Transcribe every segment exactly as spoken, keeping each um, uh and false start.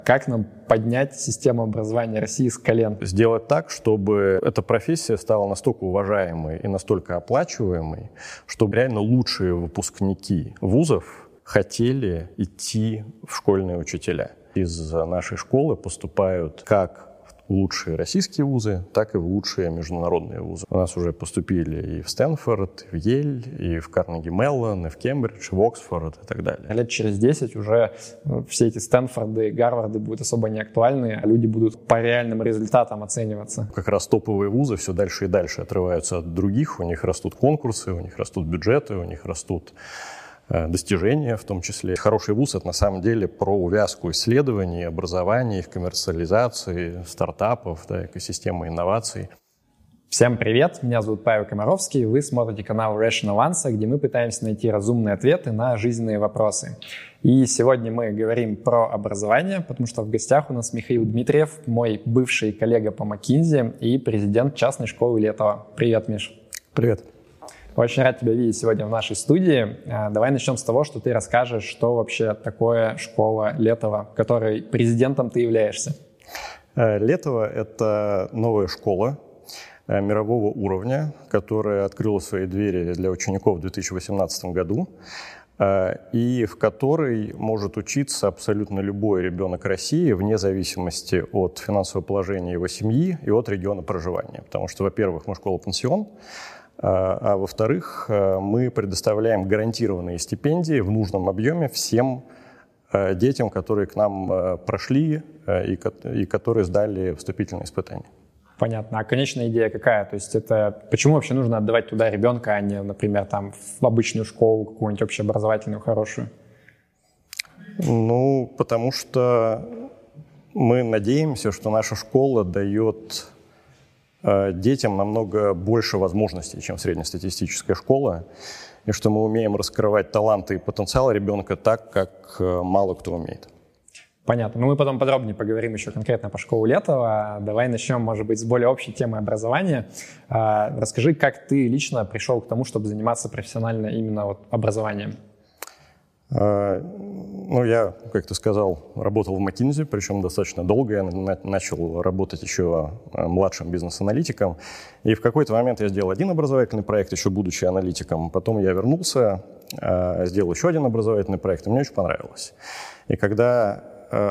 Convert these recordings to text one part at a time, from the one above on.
Как нам поднять систему образования России с колен? Сделать так, чтобы эта профессия стала настолько уважаемой и настолько оплачиваемой, чтобы реально лучшие выпускники вузов хотели идти в школьные учителя. Из нашей школы поступают как в лучшие российские вузы, так и в лучшие международные вузы. У нас уже поступили и в Стэнфорд, и в Йель, и в Карнеги Меллон, и в Кембридж, и в Оксфорд и так далее. Лет через десять уже все эти Стэнфорды и Гарварды будут особо не актуальны, а люди будут по реальным результатам оцениваться. Как раз топовые вузы все дальше и дальше отрываются от других, у них растут конкурсы, у них растут бюджеты, у них растут достижения в том числе. Хороший вуз — это на самом деле про увязку исследований, образования, их коммерциализации, стартапов, да, экосистемы инноваций. Всем привет, меня зовут Павел Комаровский, вы смотрите канал Rational Answer, где мы пытаемся найти разумные ответы на жизненные вопросы. И сегодня мы говорим про образование, потому что в гостях у нас Михаил Дмитриев, мой бывший коллега по McKinsey и президент частной школы Летова. Привет, Миш. Привет. Очень рад тебя видеть сегодня в нашей студии. Давай начнем с того, что ты расскажешь, что вообще такое школа Летова, которой президентом ты являешься. Летова — это новая школа мирового уровня, которая открыла свои двери для учеников в две тысячи восемнадцатом году, и в которой может учиться абсолютно любой ребенок России вне зависимости от финансового положения его семьи и от региона проживания. Потому что, во-первых, мы школа-пансион, а во-вторых, мы предоставляем гарантированные стипендии в нужном объеме всем детям, которые к нам прошли и которые сдали вступительные испытания. Понятно. А конечная идея какая? То есть это почему вообще нужно отдавать туда ребенка, а не, например, там, в обычную школу, какую-нибудь общеобразовательную, хорошую? Ну, потому что мы надеемся, что наша школа дает детям намного больше возможностей, чем среднестатистическая школа, и что мы умеем раскрывать таланты и потенциал ребенка так, как мало кто умеет. Понятно. Ну, мы потом подробнее поговорим еще конкретно по школе Летова. Давай начнем, может быть, с более общей темы образования. Расскажи, как ты лично пришел к тому, чтобы заниматься профессионально именно вот образованием? Ну, я, как ты сказал, работал в McKinsey, причем достаточно долго. Я начал работать еще младшим бизнес-аналитиком. И в какой-то момент я сделал один образовательный проект, еще будучи аналитиком. Потом я вернулся, сделал еще один образовательный проект, и мне очень понравилось. И когда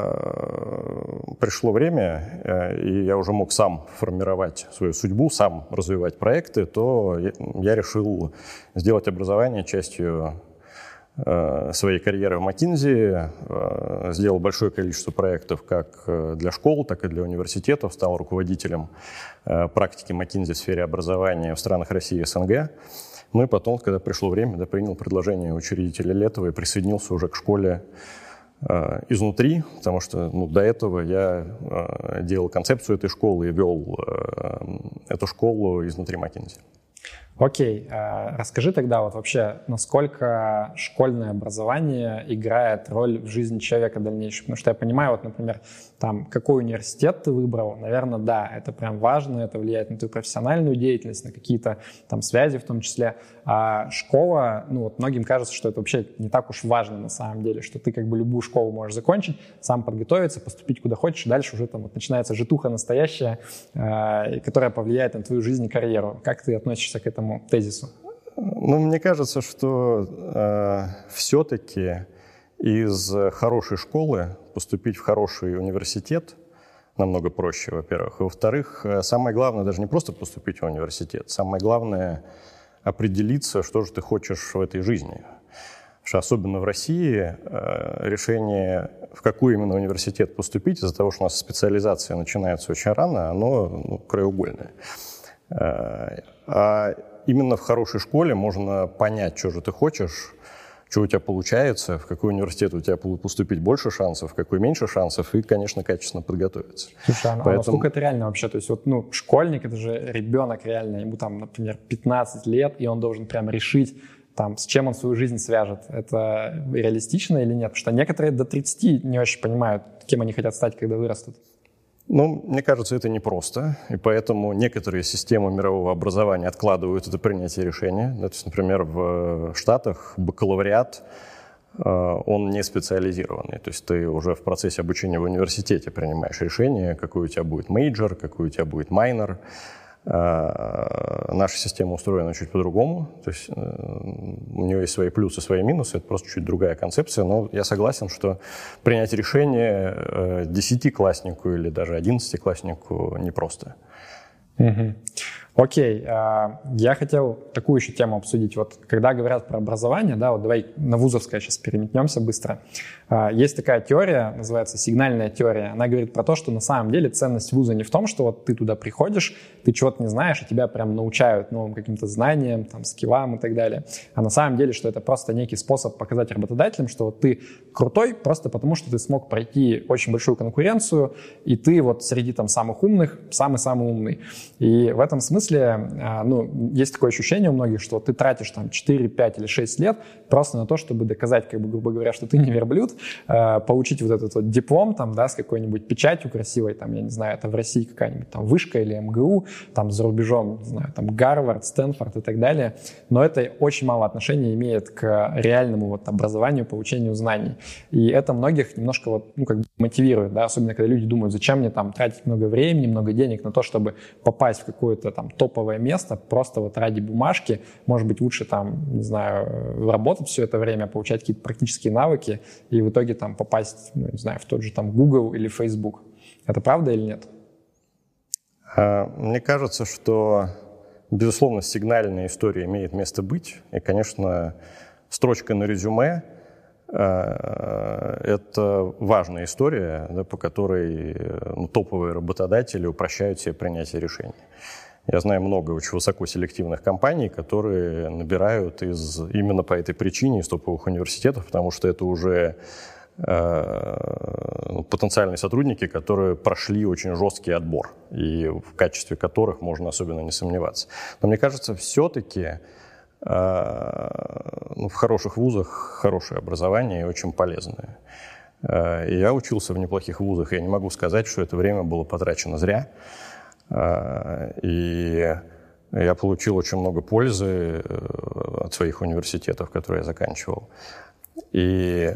пришло время, и я уже мог сам формировать свою судьбу, сам развивать проекты, то я решил сделать образование частью своей карьеры в McKinsey, сделал большое количество проектов как для школ, так и для университетов, стал руководителем практики McKinsey в сфере образования в странах России и СНГ. Ну и потом, когда пришло время, да, принял предложение учредителя Летова и присоединился уже к школе изнутри, потому что ну, до этого я делал концепцию этой школы и вел эту школу изнутри McKinsey. Окей, расскажи тогда вот вообще, насколько школьное образование играет роль в жизни человека дальнейшего. Потому что я понимаю, вот, например, там, какой университет ты выбрал, наверное, да, это прям важно, это влияет на твою профессиональную деятельность, на какие-то там связи в том числе. А школа, ну вот многим кажется, что это вообще не так уж важно на самом деле, что ты как бы любую школу можешь закончить, сам подготовиться, поступить куда хочешь, и дальше уже там вот начинается житуха настоящая, которая повлияет на твою жизнь и карьеру. Как ты относишься к этому тезису? Ну, мне кажется, что э, все-таки из хорошей школы поступить в хороший университет намного проще, во-первых. И, во-вторых, самое главное даже не просто поступить в университет, самое главное определиться, что же ты хочешь в этой жизни. Потому что особенно в России э, решение, в какой именно университет поступить, из-за того, что у нас специализация начинается очень рано, оно ну, краеугольное. Э, а именно в хорошей школе можно понять, что же ты хочешь, что у тебя получается, в какой университет у тебя поступить больше шансов, в какой меньше шансов, и, конечно, качественно подготовиться. Слушай, а Поэтому... насколько это реально вообще? То есть вот, ну, школьник — это же ребенок реально, ему там, например, пятнадцать лет, и он должен прям решить, там, с чем он свою жизнь свяжет. Это реалистично или нет? Потому что некоторые до тридцати не очень понимают, кем они хотят стать, когда вырастут. Ну, мне кажется, это непросто, и поэтому некоторые системы мирового образования откладывают это принятие решения. То есть, например, в Штатах бакалавриат он не специализированный. То есть ты уже в процессе обучения в университете принимаешь решение, какой у тебя будет мейджор, какой у тебя будет майнор. Наша система устроена чуть по-другому. То есть у нее есть свои плюсы, свои минусы. Это просто чуть другая концепция. Но я согласен, что принять решение десятикласснику или даже одиннадцатикласснику непросто. Угу. Окей, я хотел такую еще тему обсудить. Вот когда говорят про образование, да, вот давай на вузовское сейчас переметнемся быстро. Есть такая теория, называется сигнальная теория. Она говорит про то, что на самом деле ценность вуза не в том, что вот ты туда приходишь, ты чего-то не знаешь, и тебя прям научают новым каким-то знаниям, там, скиллам и так далее. А на самом деле, что это просто некий способ показать работодателям, что вот ты крутой просто потому, что ты смог пройти очень большую конкуренцию, и ты вот среди там самых умных самый-самый умный. И в этом смысле ну, есть такое ощущение у многих, что ты тратишь там четыре, пять или шесть лет просто на то, чтобы доказать, как бы, грубо говоря, что ты не верблюд, получить вот этот вот диплом там, да, с какой-нибудь печатью красивой, там, я не знаю, это в России какая-нибудь там вышка или эм гэ у, там за рубежом, не знаю, там Гарвард, Стэнфорд и так далее. Но это очень мало отношения имеет к реальному вот образованию, получению знаний. И это многих немножко вот, ну, как бы мотивирует, да, особенно когда люди думают, зачем мне там тратить много времени, много денег на то, чтобы попасть в какое-то там топовое место, просто вот ради бумажки, может быть, лучше там, не знаю, работать все это время, получать какие-то практические навыки и в итоге там попасть, ну, не знаю, в тот же там Google или Facebook. Это правда или нет? Мне кажется, что, безусловно, сигнальная история имеет место быть. И, конечно, строчка на резюме – это важная история, да, по которой ну, топовые работодатели упрощают себе принятие решений. Я знаю много очень высокоселективных компаний, которые набирают из, именно по этой причине из топовых университетов, потому что это уже э, потенциальные сотрудники, которые прошли очень жесткий отбор, и в качестве которых можно особенно не сомневаться. Но мне кажется, все-таки э, ну, в хороших вузах хорошее образование и очень полезное. Э, и я учился в неплохих вузах, я не могу сказать, что это время было потрачено зря. И я получил очень много пользы от своих университетов, которые я заканчивал. И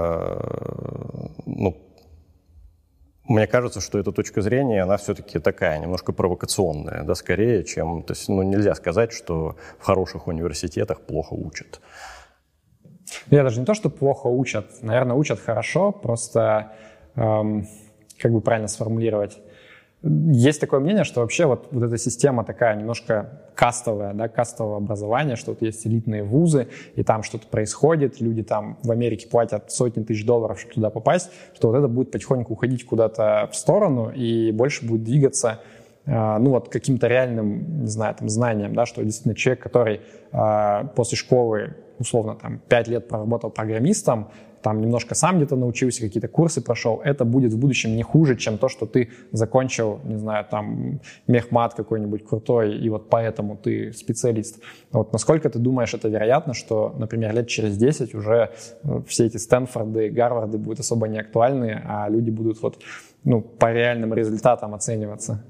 ну, мне кажется, что эта точка зрения, она все-таки такая, немножко провокационная, да, скорее, чем... То есть, ну, нельзя сказать, что в хороших университетах плохо учат. Я даже не то, что плохо учат. Наверное, учат хорошо, просто, эм, как бы правильно сформулировать, есть такое мнение, что вообще вот, вот эта система такая немножко кастовая, да, кастовое образование, что вот есть элитные вузы, и там что-то происходит, люди там в Америке платят сотни тысяч долларов, чтобы туда попасть, что вот это будет потихоньку уходить куда-то в сторону и больше будет двигаться ну вот каким-то реальным, не знаю, там, знанием, да, что действительно человек, который э, после школы, условно, там, пять лет проработал программистом, там немножко сам где-то научился, какие-то курсы прошел, это будет в будущем не хуже, чем то, что ты закончил, не знаю, там, мехмат какой-нибудь крутой, и вот поэтому ты специалист. Вот насколько ты думаешь, это вероятно, что, например, лет через десять уже все эти Стэнфорды, Гарварды будут особо не актуальны, а люди будут вот, ну, по реальным результатам оцениваться?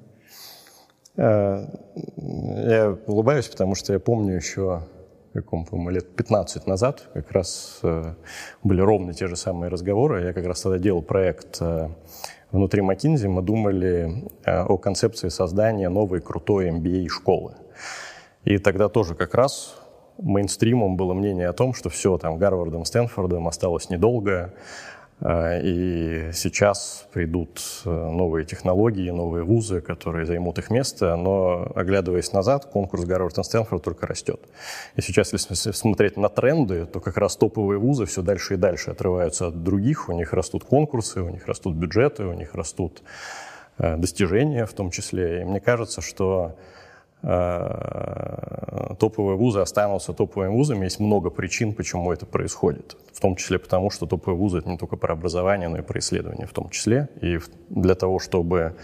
Я улыбаюсь, потому что я помню еще, какому, по-моему, лет пятнадцать назад как раз э, были ровно те же самые разговоры. Я как раз тогда делал проект э, внутри McKinsey. Мы думали э, о концепции создания новой крутой эм би эй-школы. И тогда тоже как раз мейнстримом было мнение о том, что все, там, Гарвардом, Стэнфордом осталось недолго, и сейчас придут новые технологии, новые вузы, которые займут их место, но, оглядываясь назад, конкурс Гарвард и Стэнфорд только растет. И сейчас, если смотреть на тренды, то как раз топовые вузы все дальше и дальше отрываются от других, у них растут конкурсы, у них растут бюджеты, у них растут достижения в том числе. И мне кажется, что топовые вузы останутся топовыми вузами. Есть много причин, почему это происходит. В том числе потому, что топовые вузы — это не только про образование, но и про исследования в том числе. И для того, чтобы...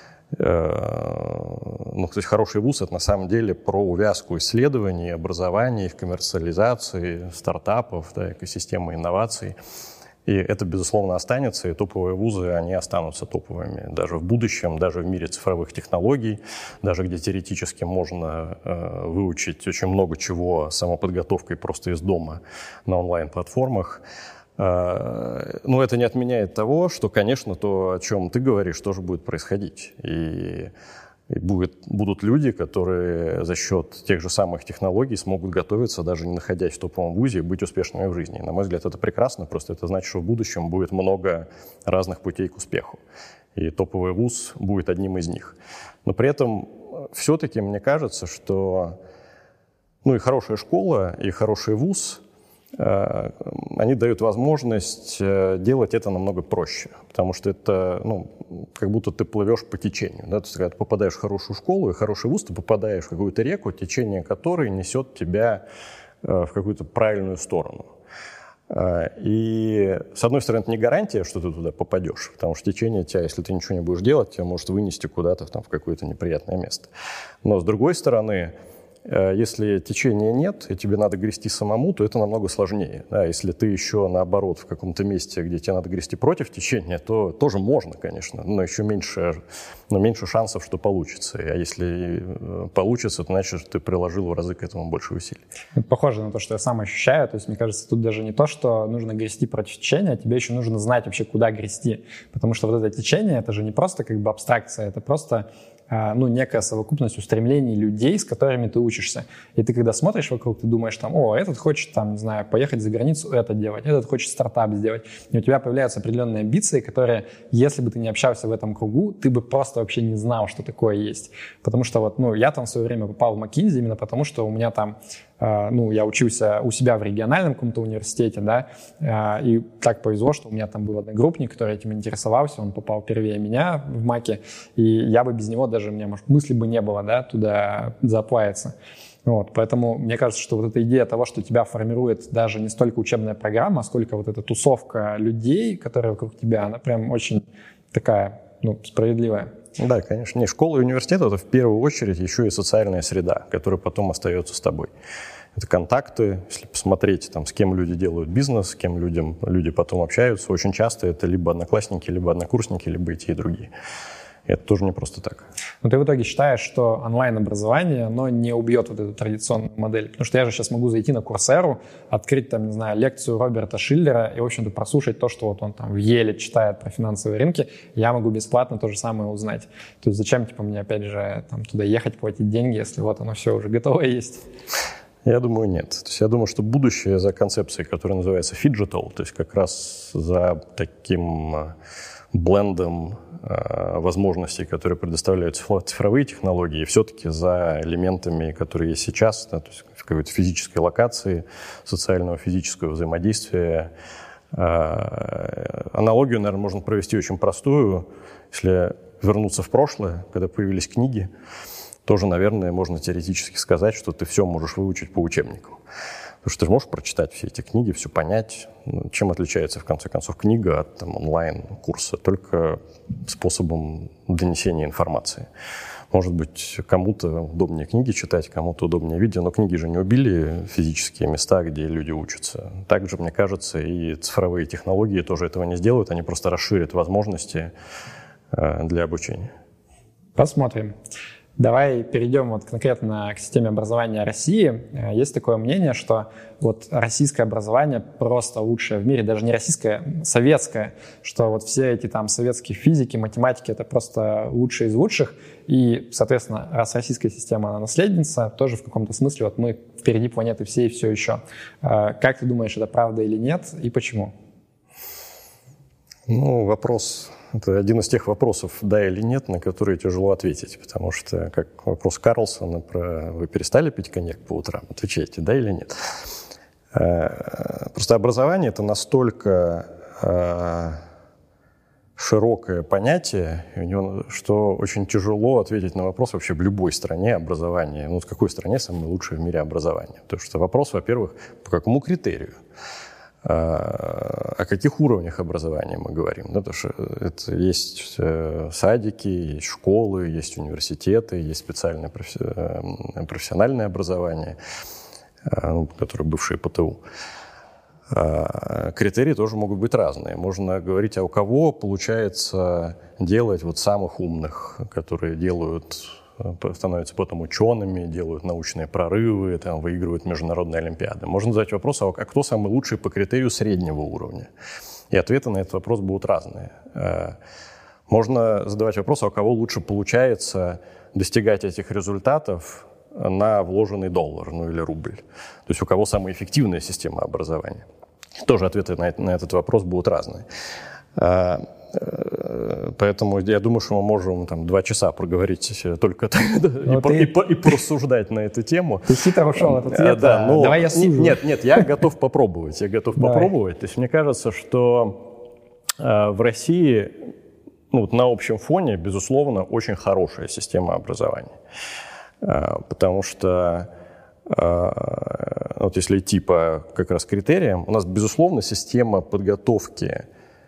Ну, кстати, хороший вуз — это на самом деле про увязку исследований, образования, их коммерциализации, стартапов, да, экосистемы инноваций. И это, безусловно, останется, и топовые вузы, они останутся топовыми даже в будущем, даже в мире цифровых технологий, даже где теоретически можно э, выучить очень много чего самоподготовкой просто из дома на онлайн-платформах. Э, но это не отменяет того, что, конечно, то, о чем ты говоришь, тоже будет происходить. И И будет, будут люди, которые за счет тех же самых технологий смогут готовиться, даже не находясь в топовом вузе, и быть успешными в жизни. На мой взгляд, это прекрасно, просто это значит, что в будущем будет много разных путей к успеху. И топовый вуз будет одним из них. Но при этом все-таки мне кажется, что ну, и хорошая школа, и хороший вуз, они дают возможность делать это намного проще, потому что это, ну, как будто ты плывешь по течению. Да? То есть, когда ты попадаешь в хорошую школу и хороший вуз, ты попадаешь в какую-то реку, течение которой несет тебя в какую-то правильную сторону. И, с одной стороны, это не гарантия, что ты туда попадешь, потому что течение тебя, если ты ничего не будешь делать, тебя может вынести куда-то там, в какое-то неприятное место. Но, с другой стороны, если течения нет, и тебе надо грести самому, то это намного сложнее. Да, если ты еще, наоборот, в каком-то месте, где тебе надо грести против течения, то тоже можно, конечно, но еще меньше, но меньше шансов, что получится. А если получится, то значит, ты приложил в разы к этому больше усилий. Это похоже на то, что я сам ощущаю. То есть, мне кажется, тут даже не то, что нужно грести против течения, а тебе еще нужно знать вообще, куда грести. Потому что вот это течение, это же не просто как бы абстракция, это просто ну, некая совокупность устремлений людей, с которыми ты учишься. И ты, когда смотришь вокруг, ты думаешь, там, о, этот хочет, там, не знаю, поехать за границу, это делать, этот хочет стартап сделать. И у тебя появляются определенные амбиции, которые, если бы ты не общался в этом кругу, ты бы просто вообще не знал, что такое есть. Потому что вот, ну, я там в свое время попал в McKinsey именно потому, что у меня там, э, ну, я учился у себя в региональном каком-то университете, да, э, и так повезло, что у меня там был одногруппник, который этим интересовался, он попал первее меня в Маке, и я бы без него даже даже у меня, может, мысли бы не было, да, туда заплавиться. Вот, поэтому мне кажется, что вот эта идея того, что тебя формирует даже не столько учебная программа, сколько вот эта тусовка людей, которые вокруг тебя, она прям очень такая, ну, справедливая. Да, конечно. Не, школа и университет – это в первую очередь еще и социальная среда, которая потом остается с тобой. Это контакты, если посмотреть, там, с кем люди делают бизнес, с кем людям, люди потом общаются. Очень часто это либо одноклассники, либо однокурсники, либо и те, и другие. И это тоже не просто так. Но ты в итоге считаешь, что онлайн-образование, оно не убьет вот эту традиционную модель? Потому что я же сейчас могу зайти на Курсеру, открыть там, не знаю, лекцию Роберта Шиллера и, в общем-то, прослушать то, что вот он там в Еле читает про финансовые рынки. Я могу бесплатно то же самое узнать. То есть зачем, типа, мне, опять же, там, туда ехать, платить деньги, если вот оно все уже готовое есть? Я думаю, нет. То есть я думаю, что будущее за концепцией, которая называется фиджитал, то есть как раз за таким блендом э, возможностей, которые предоставляют цифровые технологии, и все-таки за элементами, которые есть сейчас, да, то есть в какой-то физической локации, социального физического взаимодействия. Э, аналогию, наверное, можно провести очень простую. Если вернуться в прошлое, когда появились книги, тоже, наверное, можно теоретически сказать, что ты все можешь выучить по учебникам. Потому что ты же можешь прочитать все эти книги, все понять. Чем отличается, в конце концов, книга от там, онлайн-курса? Только способом донесения информации. Может быть, кому-то удобнее книги читать, кому-то удобнее видео, но книги же не убили физические места, где люди учатся. Также, мне кажется, и цифровые технологии тоже этого не сделают, они просто расширят возможности для обучения. Посмотрим. Давай перейдем вот конкретно к системе образования России. Есть такое мнение, что вот российское образование просто лучшее в мире, даже не российское, советское, что вот все эти там советские физики, математики — это просто лучшие из лучших. И, соответственно, раз российская система, она наследница, тоже в каком-то смысле вот мы впереди планеты всей все еще. Как ты думаешь, это правда или нет, и почему? Ну, вопрос... Это один из тех вопросов, да или нет, на которые тяжело ответить, потому что, как вопрос Карлсона про «вы перестали пить коньяк по утрам?» Отвечайте, да или нет. Просто образование – это настолько широкое понятие, что очень тяжело ответить на вопрос вообще в любой стране образования. Ну, в какой стране самое лучшее в мире образование? Потому что вопрос, во-первых, по какому критерию? О каких уровнях образования мы говорим? Да, потому что это есть садики, есть школы, есть университеты, есть специальное профессиональное образование, которое бывшее ПТУ. Критерии тоже могут быть разные. Можно говорить, а у кого получается делать вот самых умных, которые делают, становятся потом учеными, делают научные прорывы, там, выигрывают международные олимпиады. Можно задать вопрос, а кто самый лучший по критерию среднего уровня? И ответы на этот вопрос будут разные. Можно задавать вопрос, а у кого лучше получается достигать этих результатов на вложенный доллар, ну или рубль. То есть у кого самая эффективная система образования. Тоже ответы на, на этот вопрос будут разные. Поэтому я думаю, что мы можем там два часа проговорить только и, ты... и, и порассуждать на эту тему. Ты хитро ушел от ответа. Да, но... Давай я сужу. Нет, нет, я готов попробовать. Я готов Давай. попробовать. То есть мне кажется, что в России, ну, вот на общем фоне, безусловно, очень хорошая система образования. Потому что, вот если идти по как раз критериям, у нас, безусловно, система подготовки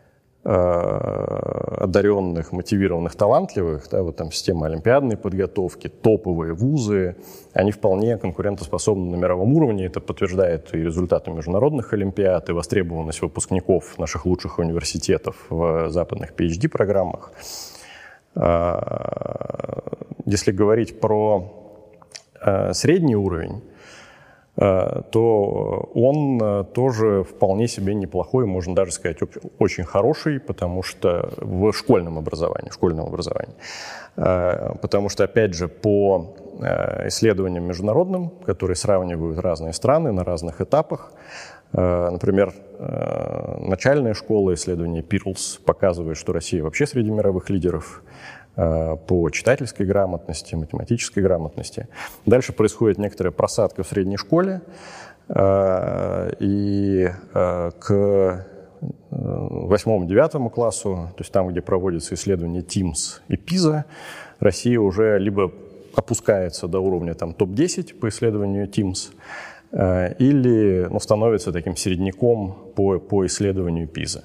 одаренных, мотивированных, талантливых, да, вот там система олимпиадной подготовки, топовые вузы, они вполне конкурентоспособны на мировом уровне. Это подтверждает и результаты международных олимпиад, и востребованность выпускников наших лучших университетов в западных пи эйч ди-программах. Если говорить про средний уровень, то он тоже вполне себе неплохой, можно даже сказать, очень хороший, потому что в школьном образовании, в школьном образовании. Потому что, опять же, по исследованиям международным, которые сравнивают разные страны на разных этапах, например, начальная школа, исследование Pearls показывает, что Россия вообще среди мировых лидеров по читательской грамотности, математической грамотности. Дальше происходит некоторая просадка в средней школе, и к восьмому-девятому классу, то есть там, где проводятся исследования тимс и пиза, Россия уже либо опускается до уровня там, топ десять по исследованию тимс, или ну, становится таким середняком по, по исследованию пиза.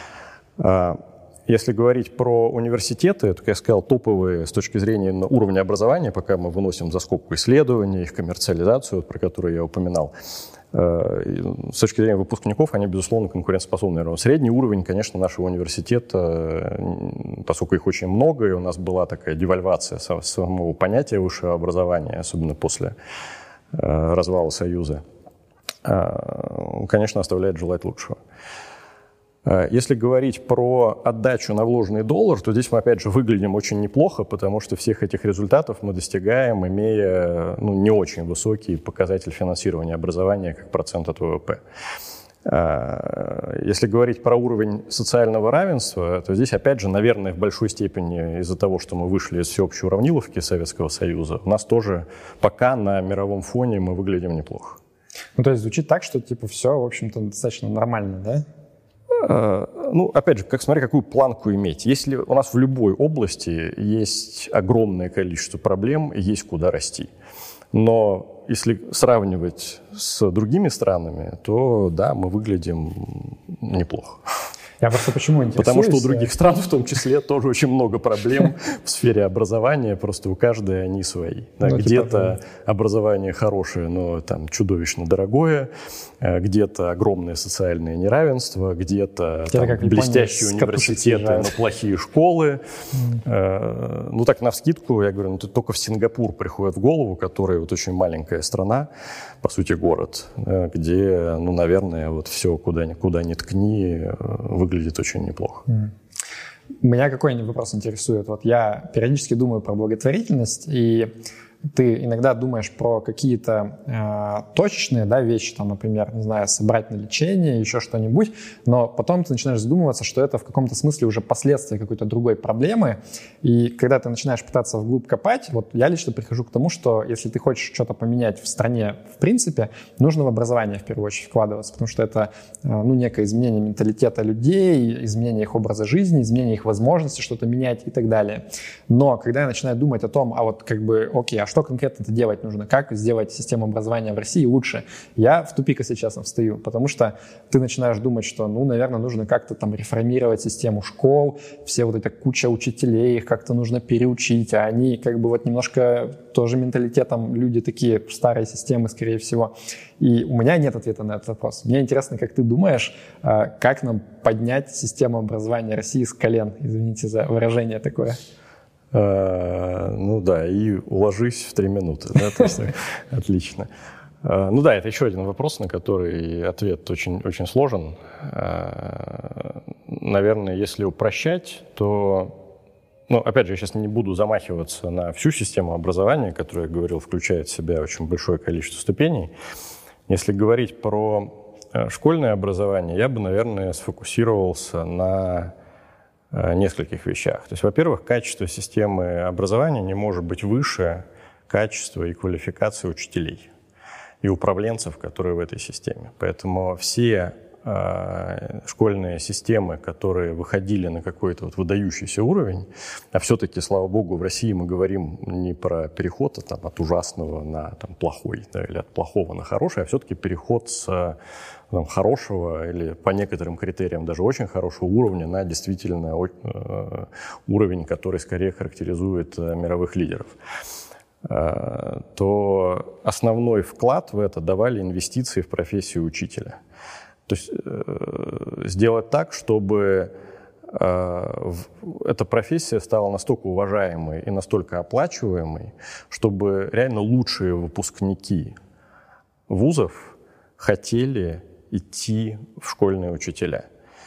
Если говорить про университеты, то, как я сказал, топовые с точки зрения уровня образования, пока мы выносим за скобку исследования, их коммерциализацию, про которую я упоминал, с точки зрения выпускников, они, безусловно, конкурентоспособны. Средний уровень, конечно, нашего университета, поскольку их очень много, и у нас была такая девальвация самого понятия высшего образования, особенно после развала Союза, конечно, оставляет желать лучшего. Если говорить про отдачу на вложенный доллар, то здесь мы, опять же, выглядим очень неплохо, потому что всех этих результатов мы достигаем, имея ну, не очень высокий показатель финансирования образования как процент от вэ вэ пэ. Если говорить про уровень социального равенства, то здесь, опять же, наверное, в большой степени из-за того, что мы вышли из всеобщей уравниловки Советского Союза, у нас тоже пока на мировом фоне мы выглядим неплохо. Ну, то есть звучит так, что типа все, в общем-то, достаточно нормально, да? Ну, опять же, как смотря какую планку иметь. Если у нас в любой области есть огромное количество проблем, есть куда расти. Но если сравнивать с другими странами, то да, мы выглядим неплохо. Я просто почему интересуюсь? Потому что у других стран, в том числе, тоже очень много проблем в сфере образования, просто у каждой они свои. Да, ну, где-то типа... образование хорошее, но там чудовищно дорогое, где-то огромное социальное неравенство, где-то там, блестящие университеты, но плохие школы. Mm. Ну так, навскидку, я говорю, ну тут только в Сингапур приходит в голову, который вот очень маленькая страна, по сути, город, где, ну, наверное, вот все, куда ни, куда ни ткни, выглядит очень неплохо. Mm. Меня какой-нибудь вопрос интересует. Вот я периодически думаю про благотворительность, и ты иногда думаешь про какие-то э, точечные, да, вещи, там, например, не знаю, собрать на лечение, еще что-нибудь, но потом ты начинаешь задумываться, что это в каком-то смысле уже последствия какой-то другой проблемы, и когда ты начинаешь пытаться вглубь копать, вот я лично прихожу к тому, что если ты хочешь что-то поменять в стране, в принципе, нужно в образование в первую очередь вкладываться, потому что это, э, ну, некое изменение менталитета людей, изменение их образа жизни, изменение их возможности что-то менять и так далее. Но когда я начинаю думать о том, а вот как бы, окей, а что конкретно-то делать нужно, как сделать систему образования в России лучше, я в тупик, если честно, встаю, потому что ты начинаешь думать, что, ну, наверное, нужно как-то там реформировать систему школ, все вот эта куча учителей, их как-то нужно переучить, а они как бы вот немножко тоже менталитетом люди такие старой системы, скорее всего. И у меня нет ответа на этот вопрос. Мне интересно, как ты думаешь, как нам поднять систему образования России с колен? Извините за выражение такое. Ну да, и уложись в три минуты. Отлично. Ну да, это еще один вопрос, на который ответ очень, очень сложен. Наверное, если упрощать, то, ну, опять же, я сейчас не буду замахиваться на всю систему образования, которая, я говорил, включает в себя очень большое количество ступеней. Если говорить про школьное образование, я бы, наверное, сфокусировался на нескольких вещах. То есть, во-первых, качество системы образования не может быть выше качества и квалификации учителей и управленцев, которые в этой системе. Поэтому все э, школьные системы, которые выходили на какой-то вот выдающийся уровень, а все-таки, слава богу, в России мы говорим не про переход а, там, от ужасного на там, плохой, да, или от плохого на хороший, а все-таки переход с там, хорошего или по некоторым критериям даже очень хорошего уровня на действительно э, уровень, который скорее характеризует э, мировых лидеров, то основной вклад в это давали инвестиции в профессию учителя. То есть э, сделать так, чтобы э, эта профессия стала настолько уважаемой и настолько оплачиваемой, чтобы реально лучшие выпускники вузов хотели идти в школьные учителя.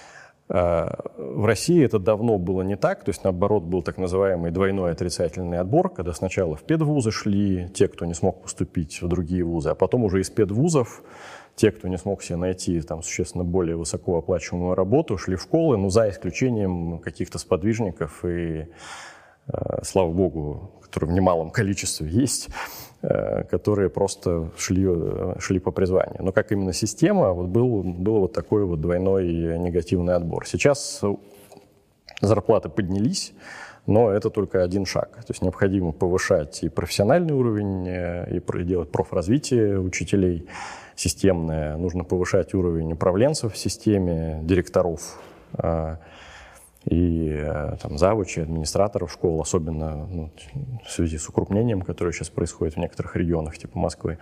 В России это давно было не так, то есть наоборот был так называемый двойной отрицательный отбор, когда сначала в педвузы шли те, кто не смог поступить в другие вузы, а потом уже из педвузов те, кто не смог себе найти там существенно более высокооплачиваемую работу, шли в школы, ну за исключением каких-то сподвижников и, слава богу, которые в немалом количестве есть, которые просто шли, шли по призванию. Но как именно система, вот был, был вот такой вот двойной негативный отбор. Сейчас зарплаты поднялись, но это только один шаг. То есть необходимо повышать и профессиональный уровень, и делать профразвитие учителей системное. Нужно повышать уровень управленцев в системе, директоров и там, завучи, администраторов школ, особенно ну, в связи с укрупнением, которое сейчас происходит в некоторых регионах, типа Москвы.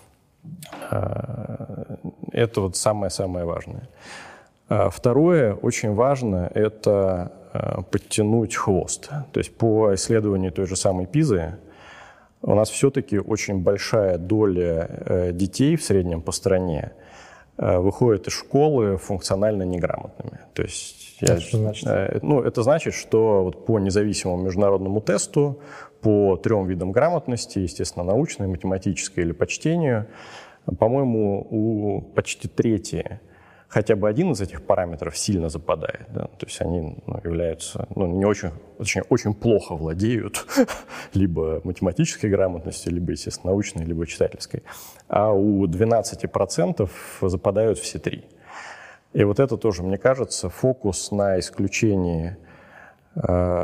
Это вот самое-самое важное. Второе, очень важно, это подтянуть хвост. То есть по исследованию той же самой ПИЗы у нас все-таки очень большая доля детей в среднем по стране выходят из школы функционально неграмотными. То есть, я, что значит? Ну, это значит, что вот по независимому международному тесту, по трем видам грамотности, естественно, научной, математической или по чтению, по-моему, у почти трети хотя бы один из этих параметров сильно западает. Да? То есть они ну, являются, ну, не очень, точнее, очень плохо владеют либо математической грамотностью, либо, естественно, научной, либо читательской. А у двенадцати процентов западают все три. И вот это тоже, мне кажется, фокус на исключении э,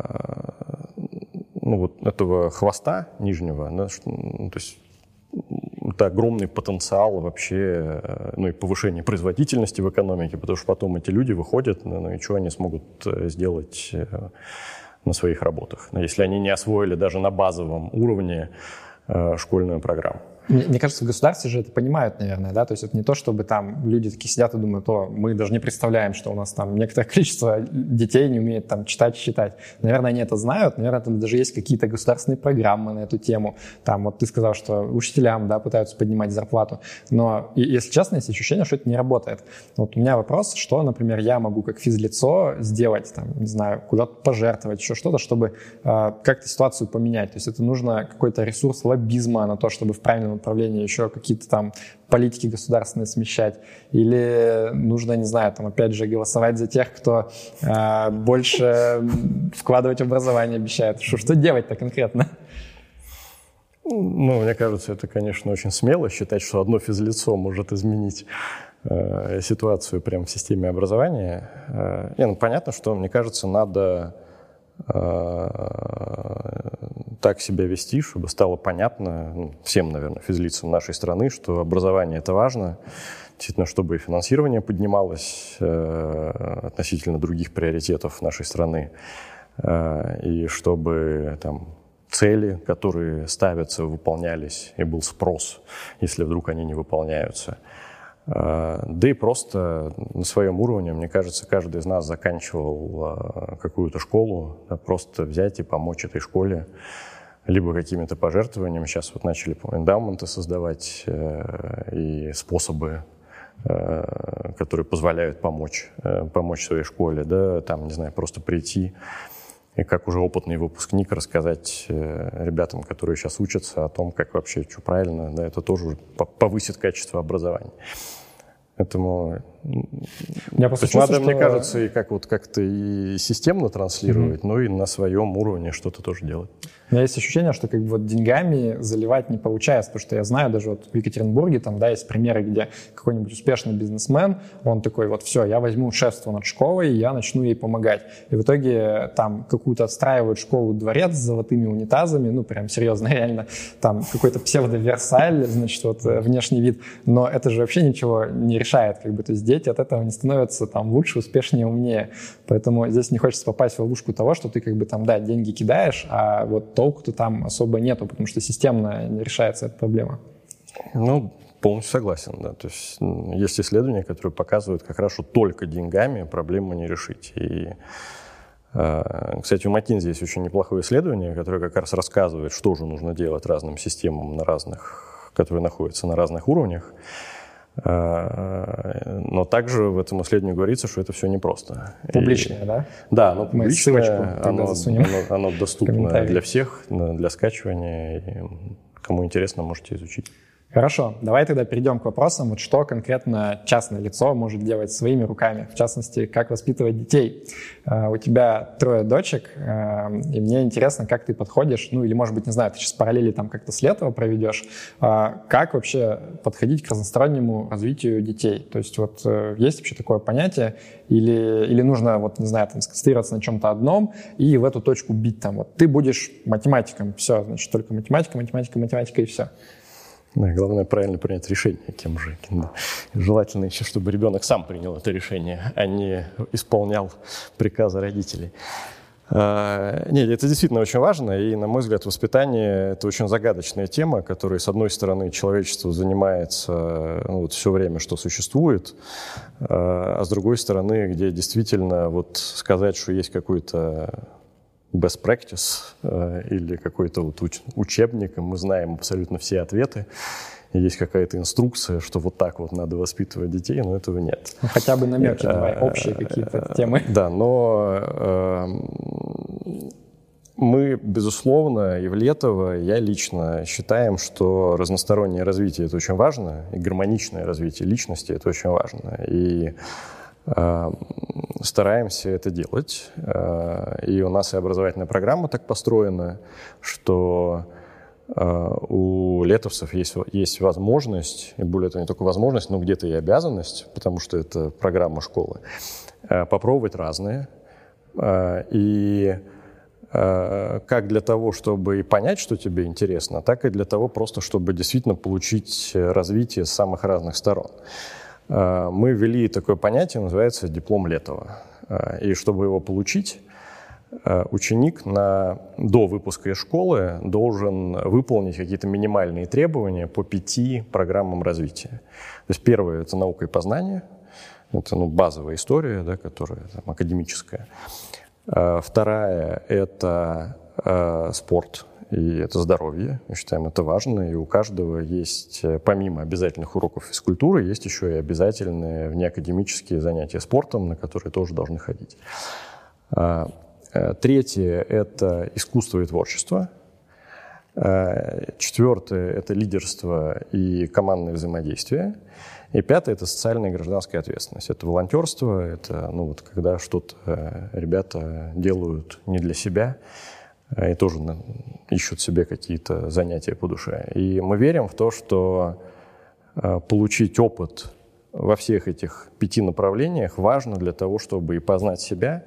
ну, вот этого хвоста нижнего, да, что, ну, то есть это огромный потенциал вообще, ну и повышение производительности в экономике, потому что потом эти люди выходят, ну и что они смогут сделать на своих работах, если они не освоили даже на базовом уровне школьную программу. Мне, мне кажется, в государстве же это понимают, наверное, да, то есть это не то, чтобы там люди такие сидят и думают, о, мы даже не представляем, что у нас там некоторое количество детей не умеет там читать, считать. Наверное, они это знают, наверное, там даже есть какие-то государственные программы на эту тему. Там вот ты сказал, что учителям, да, пытаются поднимать зарплату, но, если честно, есть ощущение, что это не работает. Вот у меня вопрос, что, например, я могу как физлицо сделать, там, не знаю, куда-то пожертвовать, еще что-то, чтобы э, как-то ситуацию поменять. То есть это нужно какой-то ресурс лоббизма на то, чтобы в правильном управления еще какие-то там политики государственные смещать, или нужно, не знаю, там опять же голосовать за тех, кто э, больше вкладывать в образование обещает. Что, что делать-то конкретно? Ну, мне кажется, это, конечно, очень смело считать, что одно физлицо может изменить э, ситуацию прямо в системе образования. Э, не, ну, понятно, что, мне кажется, надо так себя вести, чтобы стало понятно ну, всем, наверное, физлицам нашей страны, что образование – это важно, действительно, чтобы и финансирование поднималось э, относительно других приоритетов нашей страны. и чтобы там цели, которые ставятся, выполнялись, и был спрос, если вдруг они не выполняются. Да и просто на своем уровне, мне кажется, каждый из нас заканчивал какую-то школу, да, просто взять и помочь этой школе либо какими-то пожертвованиями. Сейчас вот начали, по-моему, эндаументы создавать и способы, которые позволяют помочь, помочь своей школе, да, там, не знаю, просто прийти и как уже опытный выпускник рассказать ребятам, которые сейчас учатся, о том, как вообще, что правильно, да, это тоже повысит качество образования. Поэтому Я просто надо, чувствую, мне что... кажется, и как вот как-то и системно транслировать, mm-hmm. но и на своем уровне что-то тоже делать. У меня есть ощущение, что как бы вот деньгами заливать не получается, потому что я знаю, даже вот в Екатеринбурге там, да, есть примеры, где какой-нибудь успешный бизнесмен, он такой, вот все, я возьму шефство над школой, и я начну ей помогать. И в итоге там какую-то отстраивают школу-дворец с золотыми унитазами, ну прям серьезно, реально, там какой-то псевдо-Версаль, значит, вот внешний вид, но это же вообще ничего не решает, как бы, то есть дети от этого не становятся там лучше, успешнее, умнее. Поэтому здесь не хочется попасть в ловушку того, что ты как бы там, да, деньги кидаешь, а вот толку-то там особо нету, потому что системно не решается эта проблема. Ну, полностью согласен, да. То есть есть исследования, которые показывают как раз, что только деньгами проблему не решить. И, кстати, у McKinsey есть очень неплохое исследование, которое как раз рассказывает, что же нужно делать разным системам, на разных, которые находятся на разных уровнях. Но также в этом исследовании говорится, что это все непросто. Публичное, и, да? Да, оно публичное, оно, оно, оно доступно для всех, для скачивания. И кому интересно, можете изучить. Хорошо, давай тогда перейдем к вопросам, вот что конкретно частное лицо может делать своими руками, в частности, как воспитывать детей. Uh, у тебя трое дочек, uh, и мне интересно, как ты подходишь, ну или, может быть, не знаю, ты сейчас параллели там как-то с летом проведешь, uh, как вообще подходить к разностороннему развитию детей? То есть вот uh, есть вообще такое понятие, или, или нужно, вот, не знаю, там, сконцентрироваться на чем-то одном и в эту точку бить там, вот ты будешь математиком, все, значит, только математика, математика, математика и все. Да, главное правильно принять решение, кем же. Да. Желательно еще, чтобы ребенок сам принял это решение, а не исполнял приказы родителей. А, нет, это действительно очень важно, и, на мой взгляд, воспитание – это очень загадочная тема, которой, с одной стороны, человечество занимается ну, вот, все время, что существует, а с другой стороны, где действительно вот, сказать, что есть какой-то best practice э, или какой-то вот уч- учебник, и мы знаем абсолютно все ответы, и есть какая-то инструкция, что вот так вот надо воспитывать детей, но этого нет. Ну, хотя бы намеки давай, общие какие-то темы. Да, но э, мы, безусловно, и в Летово, я лично считаем, что разностороннее развитие – это очень важно, и гармоничное развитие личности – это очень важно. И стараемся это делать. И у нас и образовательная программа так построена, что у летовцев есть, есть возможность, и более того, не только возможность, но где-то и обязанность, потому что это программа школы, попробовать разные. И как для того, чтобы понять, что тебе интересно, так и для того, просто чтобы действительно получить развитие с самых разных сторон. Мы ввели такое понятие, называется диплом Летова. И чтобы его получить, ученик на, до выпуска из школы должен выполнить какие-то минимальные требования по пяти программам развития. То есть первое – это наука и познание, это ну, базовая история, да, которая там, академическая. Вторая – это э, спорт. И это здоровье, мы считаем, это важно, и у каждого есть, помимо обязательных уроков физкультуры, есть еще и обязательные внеакадемические занятия спортом, на которые тоже должны ходить. Третье – это искусство и творчество. Четвертое – это лидерство и командное взаимодействие. И пятое – это социальная и гражданская ответственность. Это волонтерство, это ну, вот, когда что-то ребята делают не для себя, и тоже ищут себе какие-то занятия по душе. И мы верим в то, что получить опыт во всех этих пяти направлениях важно для того, чтобы и познать себя,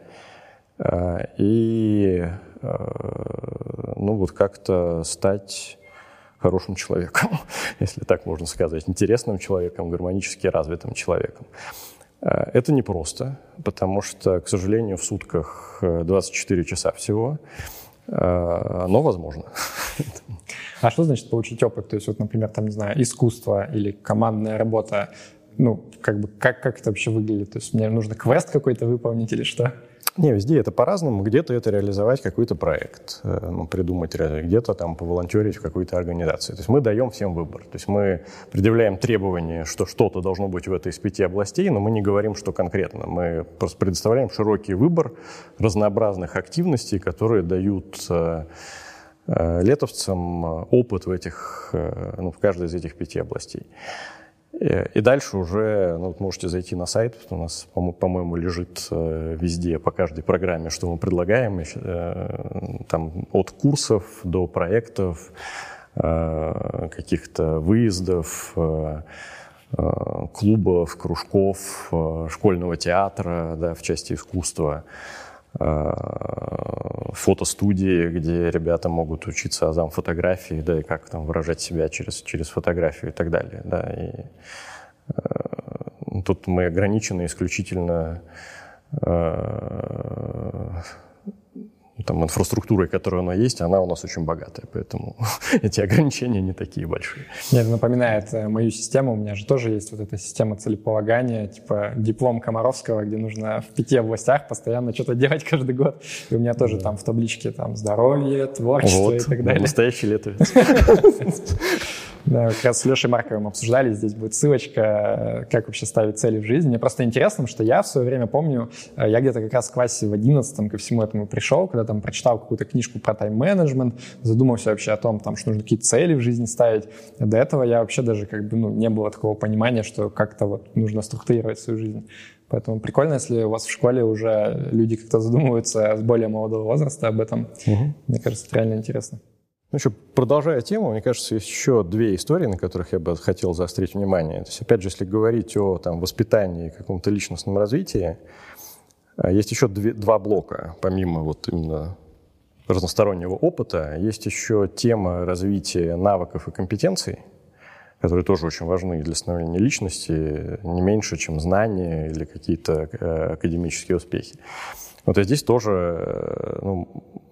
и ну, вот как-то стать хорошим человеком, если так можно сказать, интересным человеком, гармонически развитым человеком. Это непросто, потому что, к сожалению, в сутках двадцать четыре часа всего, но возможно. А что значит получить опыт? То есть, вот, например, там, не знаю, искусство или командная работа, ну, как бы, как, как это вообще выглядит? То есть мне нужно квест какой-то выполнить или что? Не, везде это по-разному. Где-то это реализовать какой-то проект, ну, придумать, где-то там поволонтерить в какой-то организации. То есть мы даем всем выбор. То есть мы предъявляем требования, что что-то должно быть в этой из пяти областей, но мы не говорим, что конкретно. Мы просто предоставляем широкий выбор разнообразных активностей, которые дают э, э, летовцам опыт в, этих, э, ну, в каждой из этих пяти областей. И дальше уже, ну, вот можете зайти на сайт, у нас, по-моему, лежит э, везде по каждой программе, что мы предлагаем, э, там от курсов до проектов, э, каких-то выездов, э, э, клубов, кружков, э, школьного театра, да, в части искусства, фотостудии, где ребята могут учиться азам фотографии, да, и как там выражать себя через, через фотографию и так далее. Да, и, э, тут мы ограничены исключительно э, там, инфраструктурой, которая у нас есть, она у нас очень богатая, поэтому эти ограничения не такие большие. Мне это напоминает мою систему, у меня же тоже есть вот эта система целеполагания, типа диплом Комаровского, где нужно в пяти областях постоянно что-то делать каждый год, и у меня тоже да. там в табличке там здоровье, творчество вот, и так далее. Настоящий летовец. Да, как раз с Лешей Марковым обсуждали, здесь будет ссылочка, как вообще ставить цели в жизни. Мне просто интересно, что я в свое время помню, я где-то как раз в классе в одиннадцатом ко всему этому пришел, когда там прочитал какую-то книжку про тайм-менеджмент, задумался вообще о том, там, что нужно какие-то цели в жизни ставить. До этого я вообще даже как бы, ну, не было такого понимания, что как-то вот нужно структурировать свою жизнь. Поэтому прикольно, если у вас в школе уже люди как-то задумываются с более молодого возраста об этом. Угу. Мне кажется, это реально интересно. Ну, еще продолжая тему, мне кажется, есть еще две истории, на которых я бы хотел заострить внимание. То есть, опять же, если говорить о там, воспитании, каком-то личностном развитии, есть еще две, два блока, помимо вот именно разностороннего опыта, есть еще тема развития навыков и компетенций, которые тоже очень важны для становления личности, не меньше, чем знания или какие-то академические успехи. Вот и здесь тоже, ну,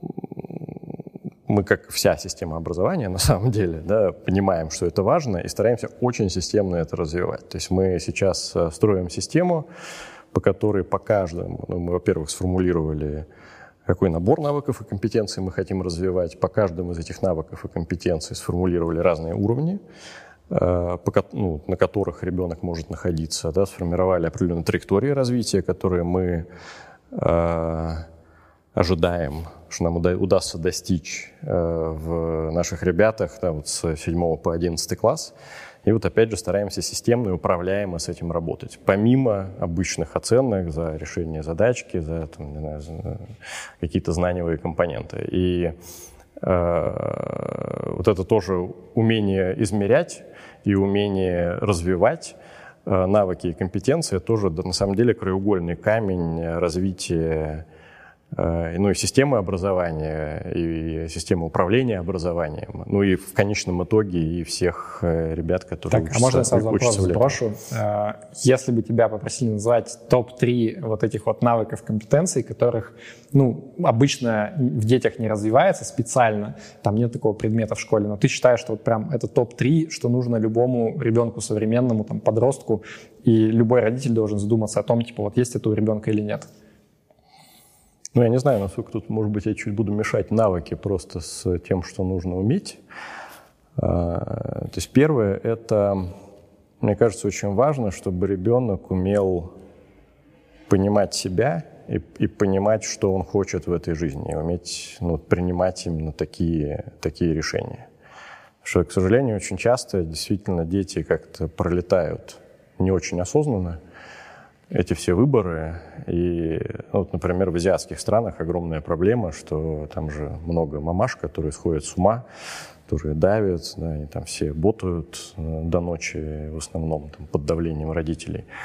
мы, как вся система образования, на самом деле, да, понимаем, что это важно, и стараемся очень системно это развивать. То есть мы сейчас строим систему, по которой по каждому, ну, мы, во-первых, сформулировали, какой набор навыков и компетенций мы хотим развивать, по каждому из этих навыков и компетенций сформулировали разные уровни, по, ну, на которых ребенок может находиться, да, сформировали определенные траектории развития, которые мы э, ожидаем, что нам уда- удастся достичь э, в наших ребятах, да, вот с седьмого по одиннадцатый класс. И вот опять же стараемся системно и управляемо с этим работать. Помимо обычных оценок за решение задачки, за, там, не знаю, за какие-то знаниевые компоненты. И э, вот это тоже умение измерять и умение развивать э, навыки и компетенции тоже, да, на самом деле, краеугольный камень развития ну и системы образования, и системы управления образованием, ну и в конечном итоге и всех ребят, которые так, учатся. А можно я сразу вопрос сброшу? Если бы тебя попросили назвать топ три вот этих вот навыков, компетенций, которых, ну, обычно в детях не развивается специально, там нет такого предмета в школе, но ты считаешь, что вот прям это топ три, что нужно любому ребенку современному, там, подростку, и любой родитель должен задуматься о том, типа, вот есть это у ребенка или нет? Ну, я не знаю, насколько тут, может быть, я чуть буду мешать навыки просто с тем, что нужно уметь. То есть первое – это, мне кажется, очень важно, чтобы ребенок умел понимать себя и, и понимать, что он хочет в этой жизни, и уметь, ну, принимать именно такие, такие решения. Потому что, к сожалению, очень часто действительно дети как-то пролетают не очень осознанно эти все выборы. И, ну, вот, например, в азиатских странах огромная проблема, что там же много мамаш, которые сходят с ума, которые давят, да, и там все ботают до ночи, в основном там, под давлением родителей.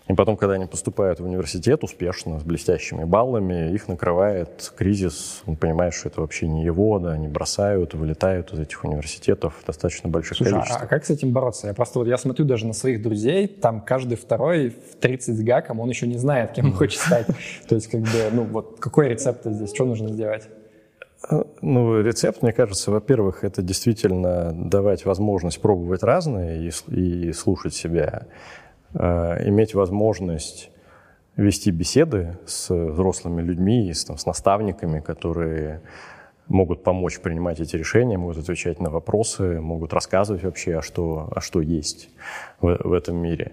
И потом, когда они поступают в университет успешно, с блестящими баллами, их накрывает кризис, он понимает, что это вообще не его, да, они бросают, вылетают из этих университетов в достаточно больших Слушай, количествах. А, а как с этим бороться? Я просто вот я смотрю даже на своих друзей, там каждый второй в тридцать с гаком, он еще не знает, кем он хочет стать. То есть, как бы, ну вот, какой рецепт здесь, что нужно сделать? Ну, рецепт, мне кажется, во-первых, это действительно давать возможность пробовать разное и, и слушать себя, э, иметь возможность вести беседы с взрослыми людьми, с, там, с наставниками, которые могут помочь принимать эти решения, могут отвечать на вопросы, могут рассказывать вообще, а что, а что есть в, в этом мире.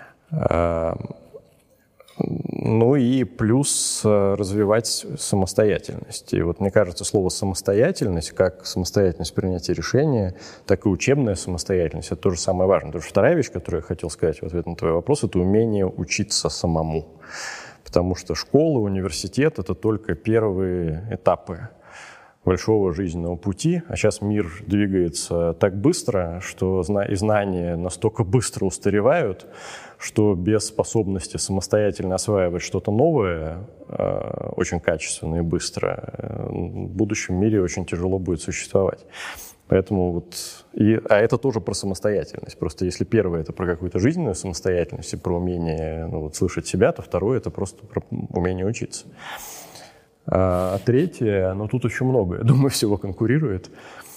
Ну и плюс развивать самостоятельность. И вот мне кажется, слово «самостоятельность», как самостоятельность принятия решения, так и учебная самостоятельность – это тоже самое важное. Потому что вторая вещь, которую я хотел сказать в ответ на твой вопрос – это умение учиться самому. Потому что школа, университет – это только первые этапы большого жизненного пути, а сейчас мир двигается так быстро, что и знания настолько быстро устаревают, что без способности самостоятельно осваивать что-то новое, очень качественно и быстро, в будущем мире очень тяжело будет существовать. Поэтому вот, и, а это тоже про самостоятельность. Просто если первое – это про какую-то жизненную самостоятельность и про умение ну, вот, слышать себя, то второе – это просто про умение учиться. А третье, ну тут очень много, я думаю, всего конкурирует.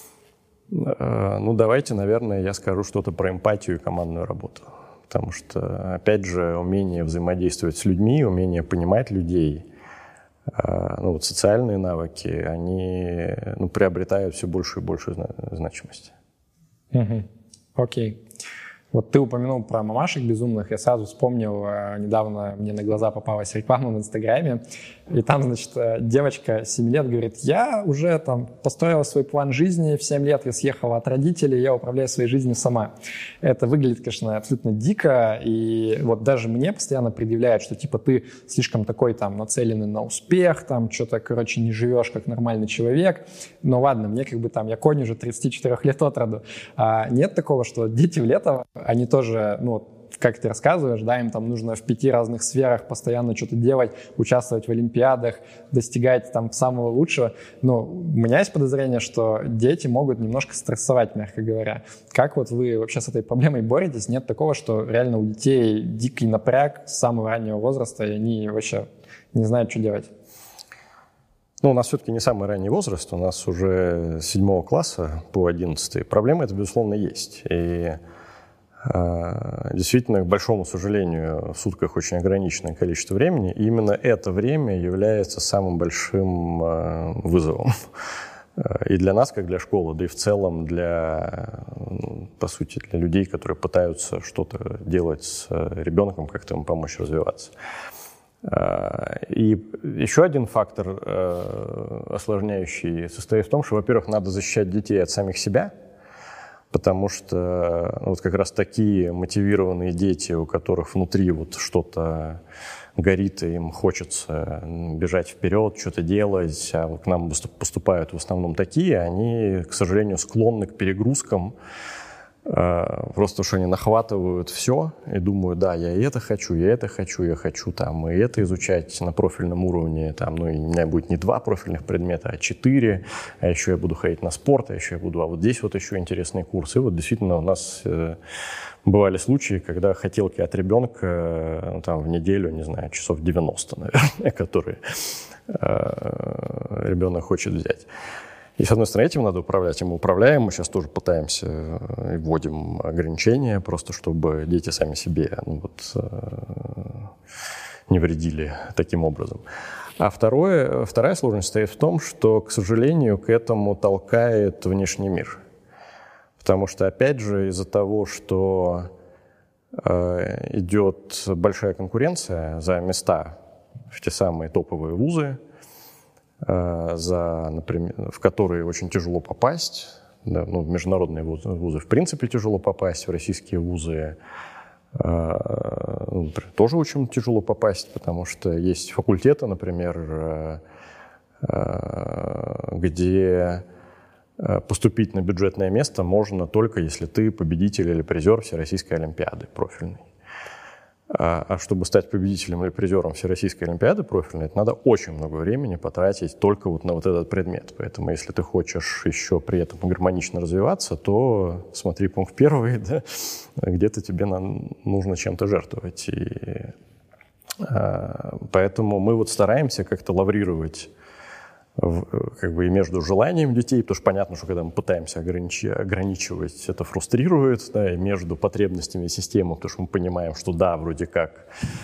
Ну давайте, наверное, я скажу что-то про эмпатию и командную работу. Потому что, опять же, умение взаимодействовать с людьми, умение понимать людей, ну вот социальные навыки, они ну, приобретают все большую и большую значимость. Угу. Окей. Вот ты упомянул про мамашек безумных, я сразу вспомнил, недавно мне на глаза попалась реклама в Инстаграме, и там, значит, девочка семь лет говорит, я уже там построила свой план жизни, в семь лет я съехала от родителей, я управляю своей жизнью сама. Это выглядит, конечно, абсолютно дико, и вот даже мне постоянно предъявляют, что типа ты слишком такой там нацеленный на успех, там что-то, короче, не живешь как нормальный человек, но ладно, мне как бы там, я конь уже тридцати четырёх лет от роду. А нет такого, что дети в лето, они тоже, ну, как ты рассказываешь, да, им там нужно в пяти разных сферах постоянно что-то делать, участвовать в олимпиадах, достигать там самого лучшего. Но у меня есть подозрение, что дети могут немножко стрессовать, мягко говоря. Как вот вы вообще с этой проблемой боретесь? Нет такого, что реально у детей дикий напряг с самого раннего возраста, и они вообще не знают, что делать? Ну, у нас все-таки не самый ранний возраст, у нас уже с седьмого класса по одиннадцатый. Проблема эта, безусловно, есть. И действительно, к большому сожалению, в сутках очень ограниченное количество времени, и именно это время является самым большим вызовом. И для нас, как для школы, да и в целом для, по сути, для людей, которые пытаются что-то делать с ребенком, как-то ему помочь развиваться. И еще один фактор осложняющий состоит в том, что, во-первых, надо защищать детей от самих себя, потому что ну, вот как раз такие мотивированные дети, у которых внутри вот что-то горит, и им хочется бежать вперед, что-то делать, а к нам поступают в основном такие, они, к сожалению, склонны к перегрузкам, просто что они нахватывают все и думают, да, я и это хочу, я это хочу, я хочу там и это изучать на профильном уровне, там, ну, и у меня будет не два профильных предмета, а четыре, а еще я буду ходить на спорт, а еще я буду, а вот здесь вот еще интересный курс. И вот действительно у нас э, бывали случаи, когда хотелки от ребенка ну, там, в неделю, не знаю, часов девяносто, наверное, которые э, ребенок хочет взять. И, с одной стороны, этим надо управлять, и мы управляем, мы сейчас тоже пытаемся и вводим ограничения, просто чтобы дети сами себе ну, вот, не вредили таким образом. А второе, вторая сложность состоит в том, что, к сожалению, к этому толкает внешний мир. Потому что, опять же, из-за того, что э, идет большая конкуренция за места в те самые топовые вузы, За, например, в которые очень тяжело попасть. Да, ну, в международные вузы, вузы в принципе тяжело попасть, в российские вузы э, тоже очень тяжело попасть, потому что есть факультеты, например, э, э, где поступить на бюджетное место можно только если ты победитель или призер Всероссийской олимпиады профильной. А, а чтобы стать победителем или призером Всероссийской Олимпиады профильной, это надо очень много времени потратить только вот на вот этот предмет. Поэтому если ты хочешь еще при этом гармонично развиваться, то смотри пункт первый, да, где-то тебе нужно чем-то жертвовать. И, а, поэтому мы вот стараемся как-то лаврировать в, как бы и между желанием детей, потому что понятно, что когда мы пытаемся ограничи, ограничивать, это фрустрирует, да, и между потребностями системы, потому что мы понимаем, что да, вроде как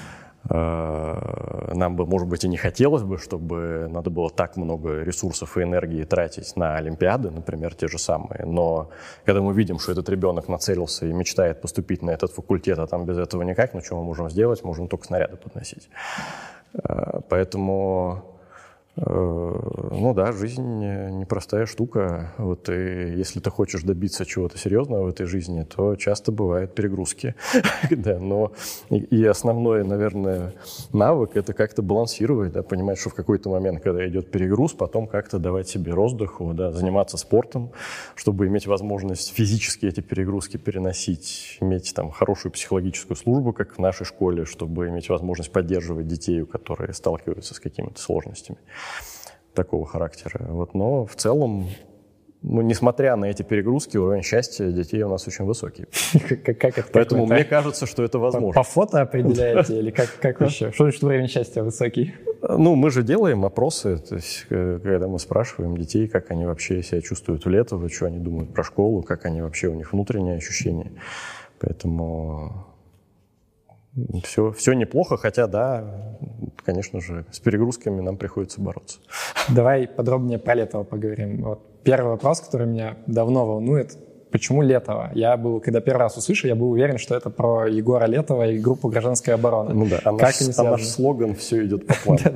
э, нам бы, может быть, и не хотелось бы, чтобы надо было так много ресурсов и энергии тратить на Олимпиады, например, те же самые, но когда мы видим, что этот ребенок нацелился и мечтает поступить на этот факультет, а там без этого никак, ну что мы можем сделать? Можем только снаряды подносить. Э, поэтому... Ну да, жизнь непростая штука. Вот, и если ты хочешь добиться чего-то серьезного в этой жизни, то часто бывают перегрузки. Да, но и, и основной, наверное, навык — это как-то балансировать, да, понимать, что в какой-то момент, когда идет перегруз, потом как-то давать себе роздыху, да, заниматься спортом, чтобы иметь возможность физически эти перегрузки переносить, иметь там хорошую психологическую службу, как в нашей школе, чтобы иметь возможность поддерживать детей, которые сталкиваются с какими-то сложностями такого характера. Вот. Но в целом, ну, несмотря на эти перегрузки, уровень счастья детей у нас очень высокий. Как, как это, Поэтому мне кажется, что это возможно. По, по фото определяете или как, как вообще? Что значит уровень счастья высокий? Ну, мы же делаем опросы, то есть, когда мы спрашиваем детей, как они вообще себя чувствуют в Летово, что они думают про школу, как они вообще, у них внутренние ощущения. Поэтому... Все, все неплохо, хотя, да, конечно же, с перегрузками нам приходится бороться. Давай подробнее про Летово поговорим. Вот первый вопрос, который меня давно волнует. Почему Летово? Я был, когда первый раз услышал, я был уверен, что это про Егора Летова и группу «Гражданская оборона». Ну да, а, наш, а наш слоган «Все идет по плану».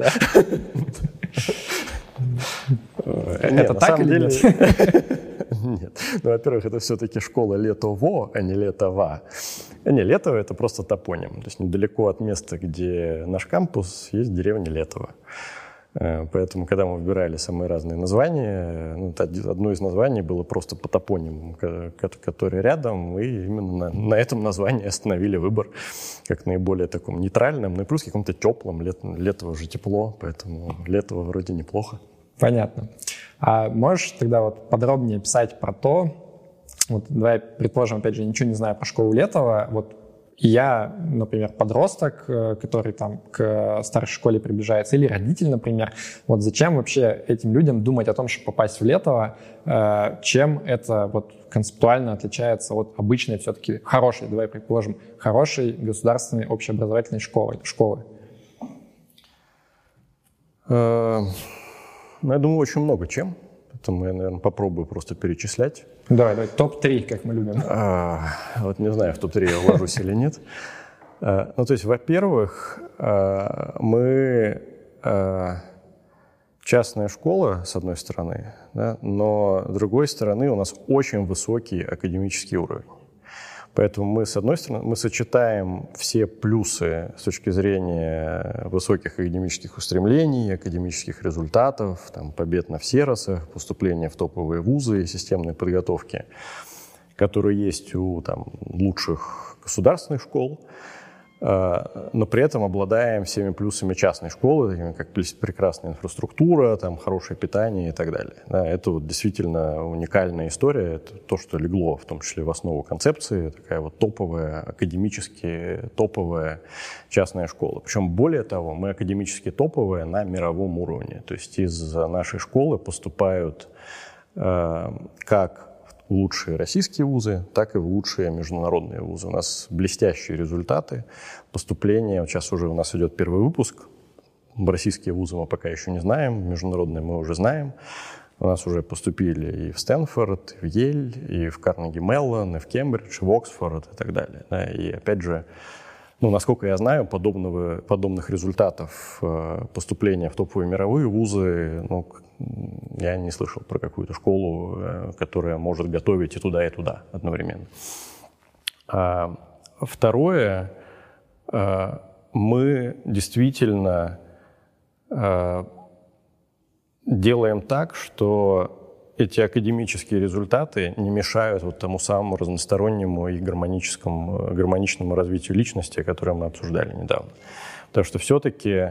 Это так или нет? Нет. Ну, во-первых, это все-таки школа Летово, а не Летова. Не, Летово — это просто топоним. То есть недалеко от места, где наш кампус, есть деревня Летово. Поэтому, когда мы выбирали самые разные названия, ну, одно из названий было просто по топониму, который рядом, и именно на, на этом названии остановили выбор как наиболее таком нейтральном, ну и плюс каком-то теплом. Лет, Летово же тепло, поэтому Летово вроде неплохо. Понятно. А можешь тогда вот подробнее писать про то, вот давай предположим, опять же, ничего не знаю про школу Летова, вот я, например, подросток, который там к старшей школе приближается, или родитель, например, вот зачем вообще этим людям думать о том, чтобы попасть в Летово, чем это вот концептуально отличается от обычной все-таки хорошей, давай предположим, хорошей государственной общеобразовательной школы? школы? Ну, я думаю, очень много чем. Поэтому я, наверное, попробую просто перечислять. Давай, давай, топ три, как мы любим. А, вот не знаю, в топ три я уложусь или нет. А, ну, то есть, во-первых, а, мы а, частная школа, с одной стороны, да, но с другой стороны у нас очень высокий академический уровень. Поэтому мы, с одной стороны, мы сочетаем все плюсы с точки зрения высоких академических устремлений, академических результатов, там, побед на всеросах, поступления в топовые вузы и системной подготовки, которые есть у там, лучших государственных школ, но при этом обладаем всеми плюсами частной школы, такими как прекрасная инфраструктура, там, хорошее питание и так далее. Да, это вот действительно уникальная история, это то, что легло в том числе в основу концепции, такая вот топовая, академически топовая частная школа. Причем более того, мы академически топовые на мировом уровне, то есть из нашей школы поступают э, как в лучшие российские вузы, так и в лучшие международные вузы. У нас блестящие результаты поступления. Вот сейчас уже у нас идет первый выпуск. Российские вузы мы пока еще не знаем, международные мы уже знаем. У нас уже поступили и в Стэнфорд, и в Йель, и в Карнеги Меллон, и в Кембридж, и в Оксфорд и так далее. Да, и опять же, ну, насколько я знаю, подобного, подобных результатов поступления в топовые мировые вузы, ну, я не слышал про какую-то школу, которая может готовить и туда, и туда одновременно. А второе, мы действительно делаем так, что эти академические результаты не мешают вот тому самому разностороннему и гармоническому, гармоничному развитию личности, которое мы обсуждали недавно. Потому что все-таки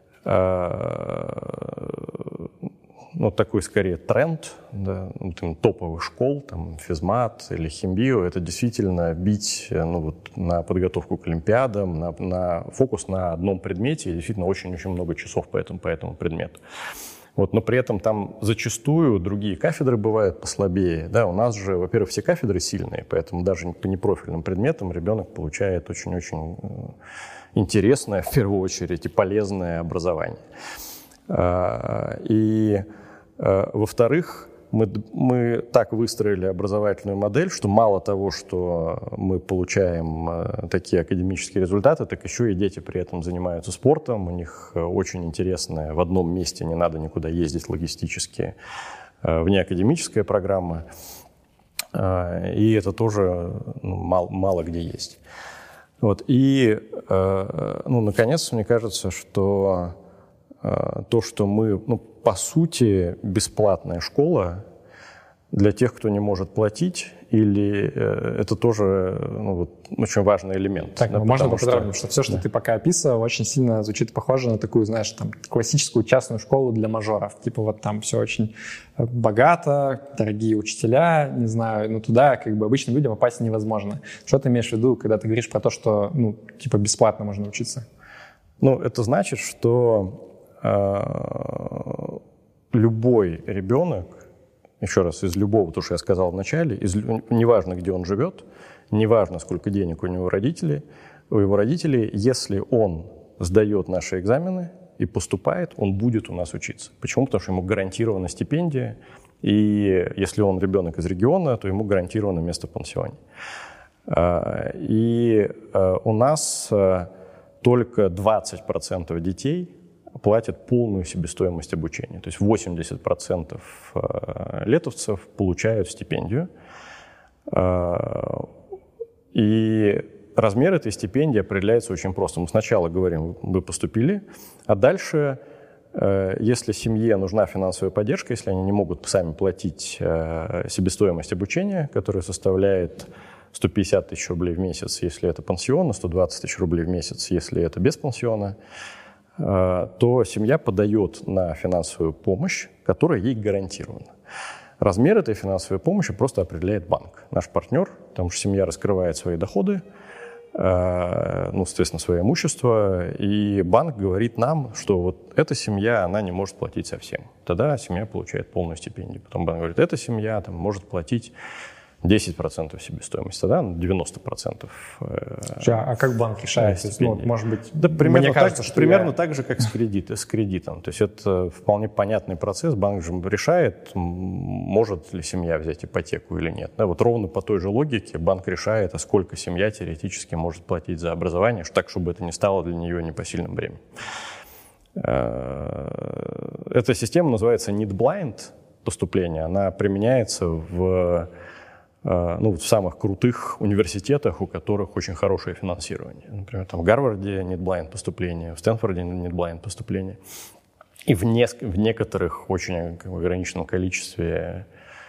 ну, такой скорее тренд, да, ну, там, топовых школ, там, физмат или химбио, это действительно бить ну, вот, на подготовку к олимпиадам, на, на фокус на одном предмете, и действительно очень-очень много часов по этому, по этому предмету. Вот, но при этом там зачастую другие кафедры бывают послабее. Да, у нас же, во-первых, все кафедры сильные, поэтому даже по непрофильным предметам ребенок получает очень-очень интересное, в первую очередь, и полезное образование. И, во-вторых, мы, мы так выстроили образовательную модель, что мало того, что мы получаем такие академические результаты, так еще и дети при этом занимаются спортом, у них очень интересная в одном месте, не надо никуда ездить логистически, внеакадемическая программа, и это тоже ну, мало, мало где есть. Вот. И, ну, наконец, мне кажется, что то, что мы, ну, по сути, бесплатная школа для тех, кто не может платить, или э, это тоже ну, вот, очень важный элемент. Так, да, можно поподробнее, что, что все, что да. ты пока описывал, очень сильно звучит похоже на такую, знаешь, там, классическую частную школу для мажоров. Типа вот там все очень богато, дорогие учителя, не знаю, но туда как бы обычным людям попасть невозможно. Что ты имеешь в виду, когда ты говоришь про то, что, ну, типа бесплатно можно учиться? Ну, это значит, что любой ребенок, еще раз, из любого, то, что я сказал в начале, из, неважно, где он живет, неважно, сколько денег у него родителей, у его родителей, если он сдает наши экзамены и поступает, он будет у нас учиться. Почему? Потому что ему гарантирована стипендия, и если он ребенок из региона, то ему гарантировано место в пансионе. И у нас только двадцать процентов детей платят полную себестоимость обучения. То есть восемьдесят процентов летовцев получают стипендию. И размер этой стипендии определяется очень просто. Мы сначала говорим, вы поступили, а дальше, если семье нужна финансовая поддержка, если они не могут сами платить себестоимость обучения, которая составляет сто пятьдесят тысяч рублей в месяц, если это пансион, сто двадцать тысяч рублей в месяц, если это без пансиона, то семья подает на финансовую помощь, которая ей гарантирована. Размер этой финансовой помощи просто определяет банк, наш партнер, потому что семья раскрывает свои доходы, ну, соответственно, свое имущество, и банк говорит нам, что вот эта семья, она не может платить совсем. Тогда семья получает полную стипендию. Потом банк говорит, эта семья там, может платить десять процентов себестоимости, да, девяносто процентов. А как банк решает? Есть, ну, может быть, да, примерно, кажется, так, что примерно я... так же, как с, кредит, с кредитом. То есть это вполне понятный процесс. Банк же решает, может ли семья взять ипотеку или нет. Да, вот ровно по той же логике банк решает, а сколько семья теоретически может платить за образование, так, чтобы это не стало для нее непосильным бременем. Эта система называется need blind поступление. Она применяется в ну, в самых крутых университетах, у которых очень хорошее финансирование. Например, там в Гарварде нет blind поступления, в Стэнфорде нет blind поступления. И в, не, в некоторых очень ограниченном количестве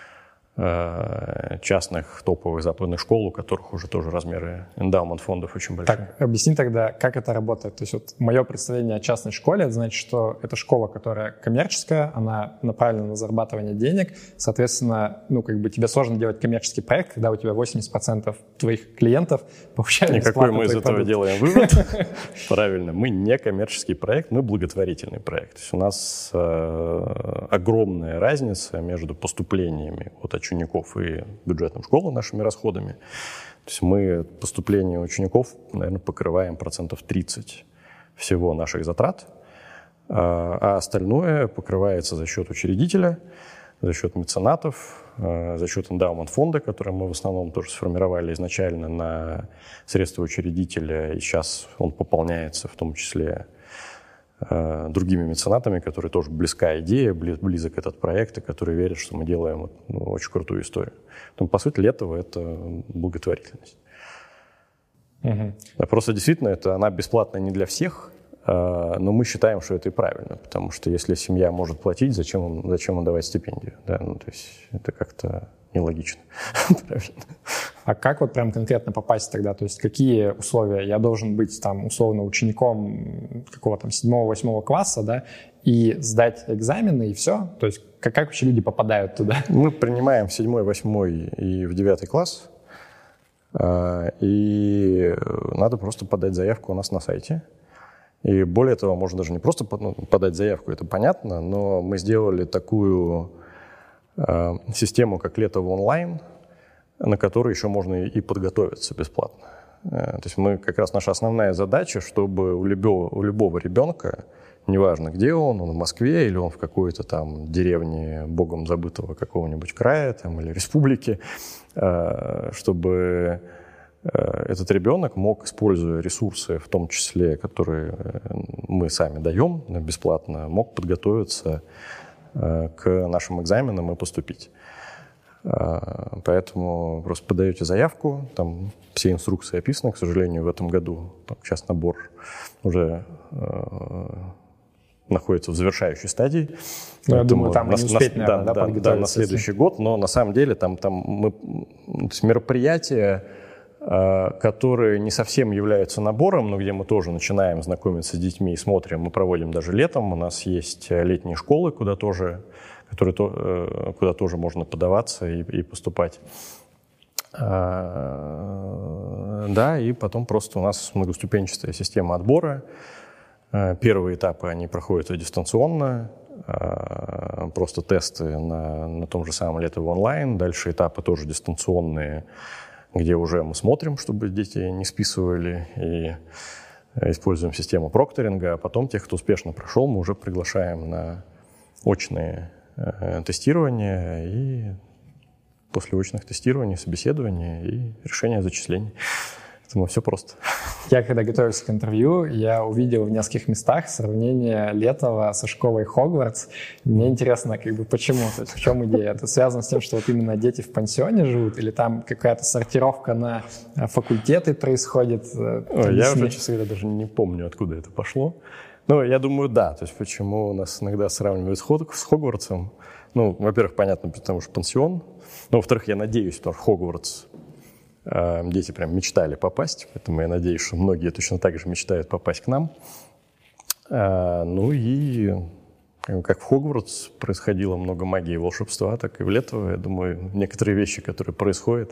э, частных топовых западных школ, у которых уже тоже размеры эндаумент фондов очень большие. Так, объясни тогда, как это работает. То есть вот мое представление о частной школе, это значит, что это школа, которая коммерческая, она направлена на зарабатывание денег, соответственно, ну, как бы тебе сложно делать коммерческий проект, когда у тебя восемьдесят процентов твоих клиентов получают бесплатно. Никакой мы из этого делаем вывод. Правильно, мы не коммерческий проект, мы благотворительный проект. То есть у нас огромная разница между поступлениями от учеников и бюджетным школам нашими расходами. То есть мы поступление учеников, наверное, покрываем процентов тридцать всего наших затрат, а остальное покрывается за счет учредителя, за счет меценатов, за счет эндаумент-фонда, который мы в основном тоже сформировали изначально на средства учредителя, и сейчас он пополняется в том числе другими меценатами, которые тоже близка идея, близок этот проект, и которые верят, что мы делаем ну, очень крутую историю. Поэтому, по сути, Летово — это благотворительность. Угу. Просто действительно это, она бесплатная не для всех, Но мы считаем, что это и правильно, потому что если семья может платить, зачем им, зачем им давать стипендию? Да? Ну, то есть это как-то нелогично. А как вот прям конкретно попасть тогда? То есть какие условия? Я должен быть там условно учеником какого там седьмого-восьмого класса, да, и сдать экзамены, и все? То есть как, как вообще люди попадают туда? Мы принимаем в седьмой, восьмой и в девятый класс, и надо просто подать заявку у нас на сайте. И более того, можно даже не просто подать заявку, это понятно, но мы сделали такую э, систему, как Летово онлайн, на которой еще можно и подготовиться бесплатно. Э, то есть мы как раз наша основная задача, чтобы у любого, у любого ребенка, неважно где он, он в Москве или он в какой-то там деревне богом забытого какого-нибудь края там, или республики, э, чтобы этот ребенок мог, используя ресурсы, в том числе, которые мы сами даем бесплатно, мог подготовиться к нашим экзаменам и поступить. Поэтому просто подаете заявку, там все инструкции описаны, к сожалению, в этом году сейчас набор уже находится в завершающей стадии. Ну, я думаю, там на, не успеть, на, наверное, да, да, да, да, на следующий год, но на самом деле там, там мы, то есть мероприятия, которые не совсем являются набором, но где мы тоже начинаем знакомиться с детьми и смотрим, мы проводим даже летом. У нас есть летние школы, куда тоже, которые, куда тоже можно подаваться и, и поступать. Да, и потом просто у нас многоступенчатая система отбора. Первые этапы, они проходят дистанционно, просто тесты на, на том же самом Летово онлайн. Дальше этапы тоже дистанционные, где уже мы смотрим, чтобы дети не списывали, и используем систему прокторинга, а потом тех, кто успешно прошел, мы уже приглашаем на очные э, тестирования, и после очных тестирований, собеседования и решения зачислений. Поэтому все просто. Я, когда готовился к интервью, я увидел в нескольких местах сравнение Летова со школой Хогвартс. Мне интересно, как бы, почему, то есть в чем идея? Это связано с тем, что вот именно дети в пансионе живут, или там какая-то сортировка на факультеты происходит? Ой, я уже, честно говоря, даже не помню, откуда это пошло. Ну, я думаю, да. То есть почему нас иногда сравнивают с Хогвартсом? Ну, во-первых, понятно, потому что пансион. Но, во-вторых, я надеюсь, потому что Хогвартс дети прям мечтали попасть, поэтому я надеюсь, что многие точно так же мечтают попасть к нам. Ну и как в Хогвартс происходило много магии и волшебства, так и в Летово, я думаю, некоторые вещи, которые происходят,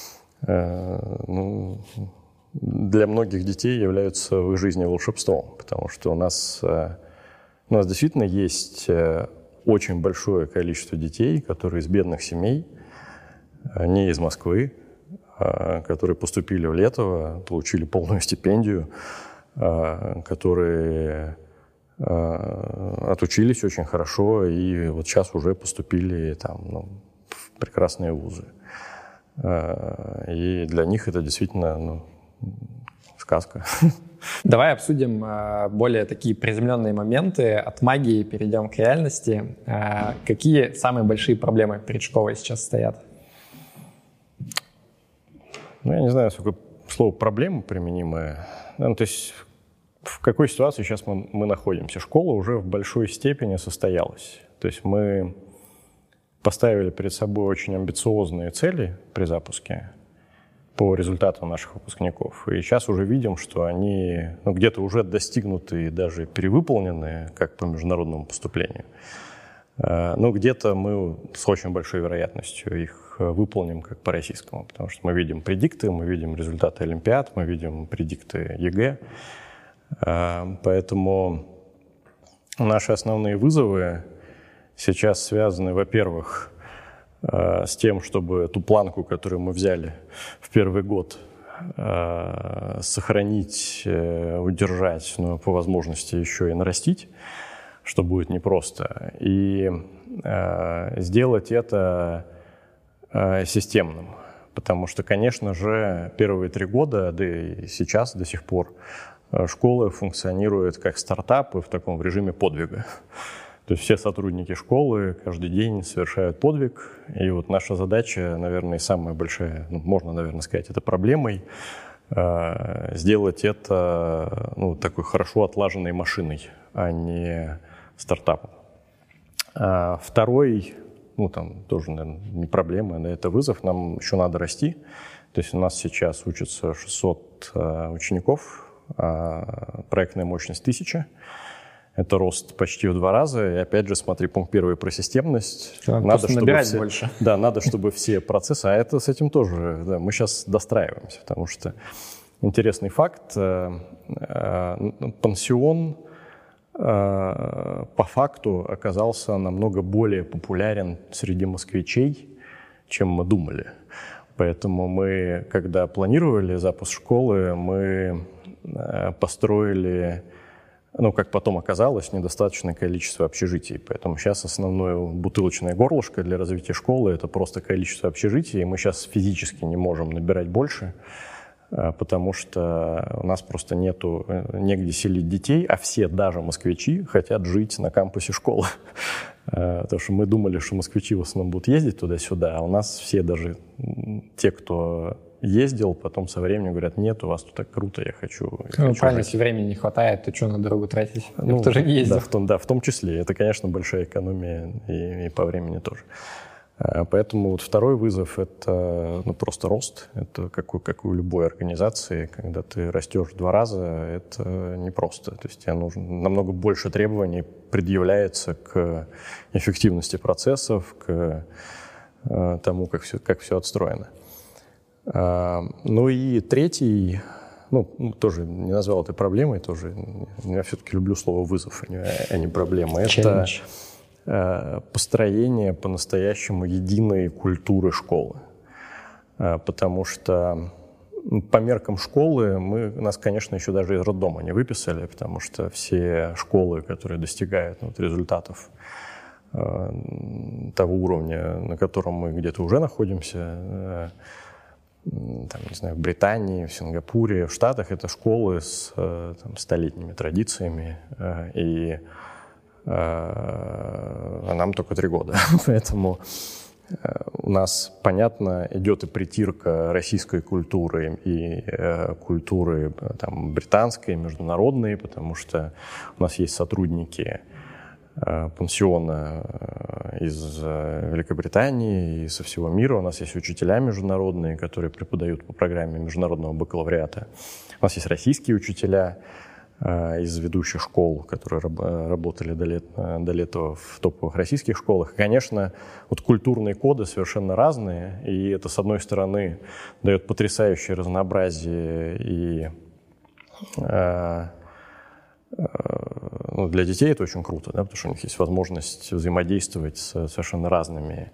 ну, для многих детей являются в их жизни волшебством, потому что у нас, у нас действительно есть очень большое количество детей, которые из бедных семей, не из Москвы, которые поступили в Летово, получили полную стипендию, которые отучились очень хорошо и вот сейчас уже поступили там, ну, в прекрасные вузы. И для них это действительно, ну, сказка. Давай обсудим более такие приземленные моменты. От магии перейдем к реальности. Какие самые большие проблемы перед школой сейчас стоят? Ну, я не знаю, сколько слово «проблема» применимое. Ну, то есть в какой ситуации сейчас мы, мы находимся? Школа уже в большой степени состоялась. То есть мы поставили перед собой очень амбициозные цели при запуске по результатам наших выпускников. И сейчас уже видим, что они, ну, где-то уже достигнуты и даже перевыполнены, как по международному поступлению. Но где-то мы с очень большой вероятностью их выполним как по российскому, потому что мы видим предикты, мы видим результаты олимпиад, мы видим предикты ЕГЭ. Поэтому наши основные вызовы сейчас связаны, во-первых, с тем, чтобы ту планку, которую мы взяли в первый год, сохранить, удержать, но по возможности еще и нарастить, что будет непросто, и э, сделать это э, системным. Потому что, конечно же, первые три года, да и сейчас до сих пор, школы функционируют как стартапы в таком в режиме подвига. То есть все сотрудники школы каждый день совершают подвиг, и вот наша задача, наверное, самая большая, ну, можно, наверное, сказать, это проблемой, сделать это ну, такой хорошо отлаженной машиной, а не стартапом. А второй, ну там тоже, наверное, не проблема, но это вызов, нам еще надо расти. То есть у нас сейчас учатся шестьсот учеников, а проектная мощность тысяча. Это рост почти в два раза. И опять же, смотри, пункт первый про системность. Да, надо, чтобы набирать все, больше. Да, надо, чтобы все процессы, а это с этим тоже, да, мы сейчас достраиваемся, потому что интересный факт, пансион по факту оказался намного более популярен среди москвичей, чем мы думали. Поэтому мы, когда планировали запуск школы, мы построили, ну, как потом оказалось, недостаточное количество общежитий. Поэтому сейчас основное бутылочное горлышко для развития школы – это просто количество общежитий. И мы сейчас физически не можем набирать больше, потому что у нас просто нету негде селить детей, а все, даже москвичи, хотят жить на кампусе школы. Потому что мы думали, что москвичи в основном будут ездить туда-сюда, а у нас все, даже те, кто ездил, потом со временем говорят: нет, у вас тут так круто, я хочу... Я ну, хочу правильно, жить. если времени не хватает, то что на дорогу тратить? Ну, Кто же не ездил? Да в, том, да, в том числе. Это, конечно, большая экономия и, и по времени тоже. Поэтому вот второй вызов – это ну, просто рост. Это как у, как у любой организации. Когда ты растешь в два раза, это непросто. То есть тебе нужно намного больше требований предъявляется к эффективности процессов, к тому, как все, как все отстроено. Ну и третий, ну, тоже не назвал это проблемой, тоже я все-таки люблю слово «вызов», а не проблема. Это построение по-настоящему единой культуры школы. Потому что по меркам школы мы, нас, конечно, еще даже из роддома не выписали, потому что все школы, которые достигают ну, вот, результатов того уровня, на котором мы где-то уже находимся, там, не знаю, в Британии, в Сингапуре, в Штатах, это школы с там, столетними традициями, и а нам только три года. Поэтому у нас, понятно, идет и притирка российской культуры и культуры там, британской, международной, потому что у нас есть сотрудники пансиона из Великобритании и со всего мира. У нас есть учителя международные, которые преподают по программе международного бакалавриата. У нас есть российские учителя из ведущих школ, которые работали до, лет, до этого в топовых российских школах. И, конечно, вот культурные коды совершенно разные, и это, с одной стороны, дает потрясающее разнообразие, и э, э, ну, для детей это очень круто, да, потому что у них есть возможность взаимодействовать с совершенно разными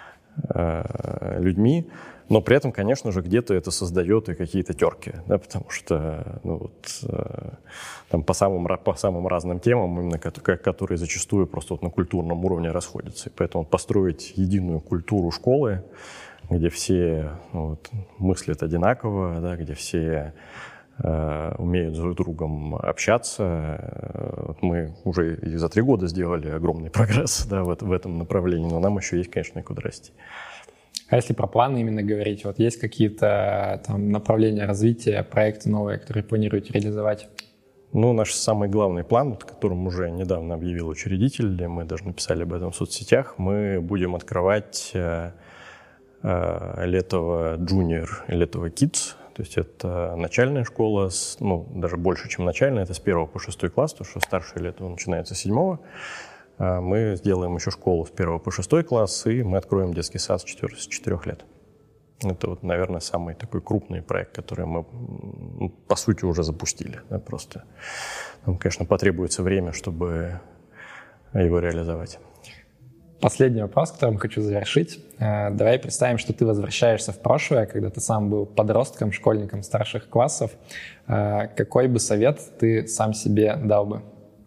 э, людьми. Но при этом, конечно же, где-то это создает и какие-то терки, да, потому что ну, вот, э, там по, самым, по самым разным темам, именно, которые зачастую просто вот на культурном уровне расходятся. И поэтому построить единую культуру школы, где все ну, вот, мыслят одинаково, да, где все э, умеют друг с другом общаться. Вот мы уже и за три года сделали огромный прогресс да, в, в этом направлении, но нам еще есть, конечно, и куда расти. А если про планы именно говорить, вот есть какие-то там направления развития, проекты новые, которые планируете реализовать? Ну, наш самый главный план, которым уже недавно объявил учредитель, мы даже написали об этом в соцсетях, мы будем открывать э, э, Летово Junior и Летово Kids. То есть это начальная школа, с, ну, даже больше, чем начальная, это с первого по шестой класс, потому что старшее Летово начинается с седьмого. Мы сделаем еще школу с первого по шестой класс, и мы откроем детский сад с четырёх лет. Это, вот, наверное, самый такой крупный проект, который мы, ну, по сути, уже запустили. Да, просто нам, конечно, потребуется время, чтобы его реализовать. Последний вопрос, которым хочу завершить. Давай представим, что ты возвращаешься в прошлое, когда ты сам был подростком, школьником старших классов. Какой бы совет ты сам себе дал бы?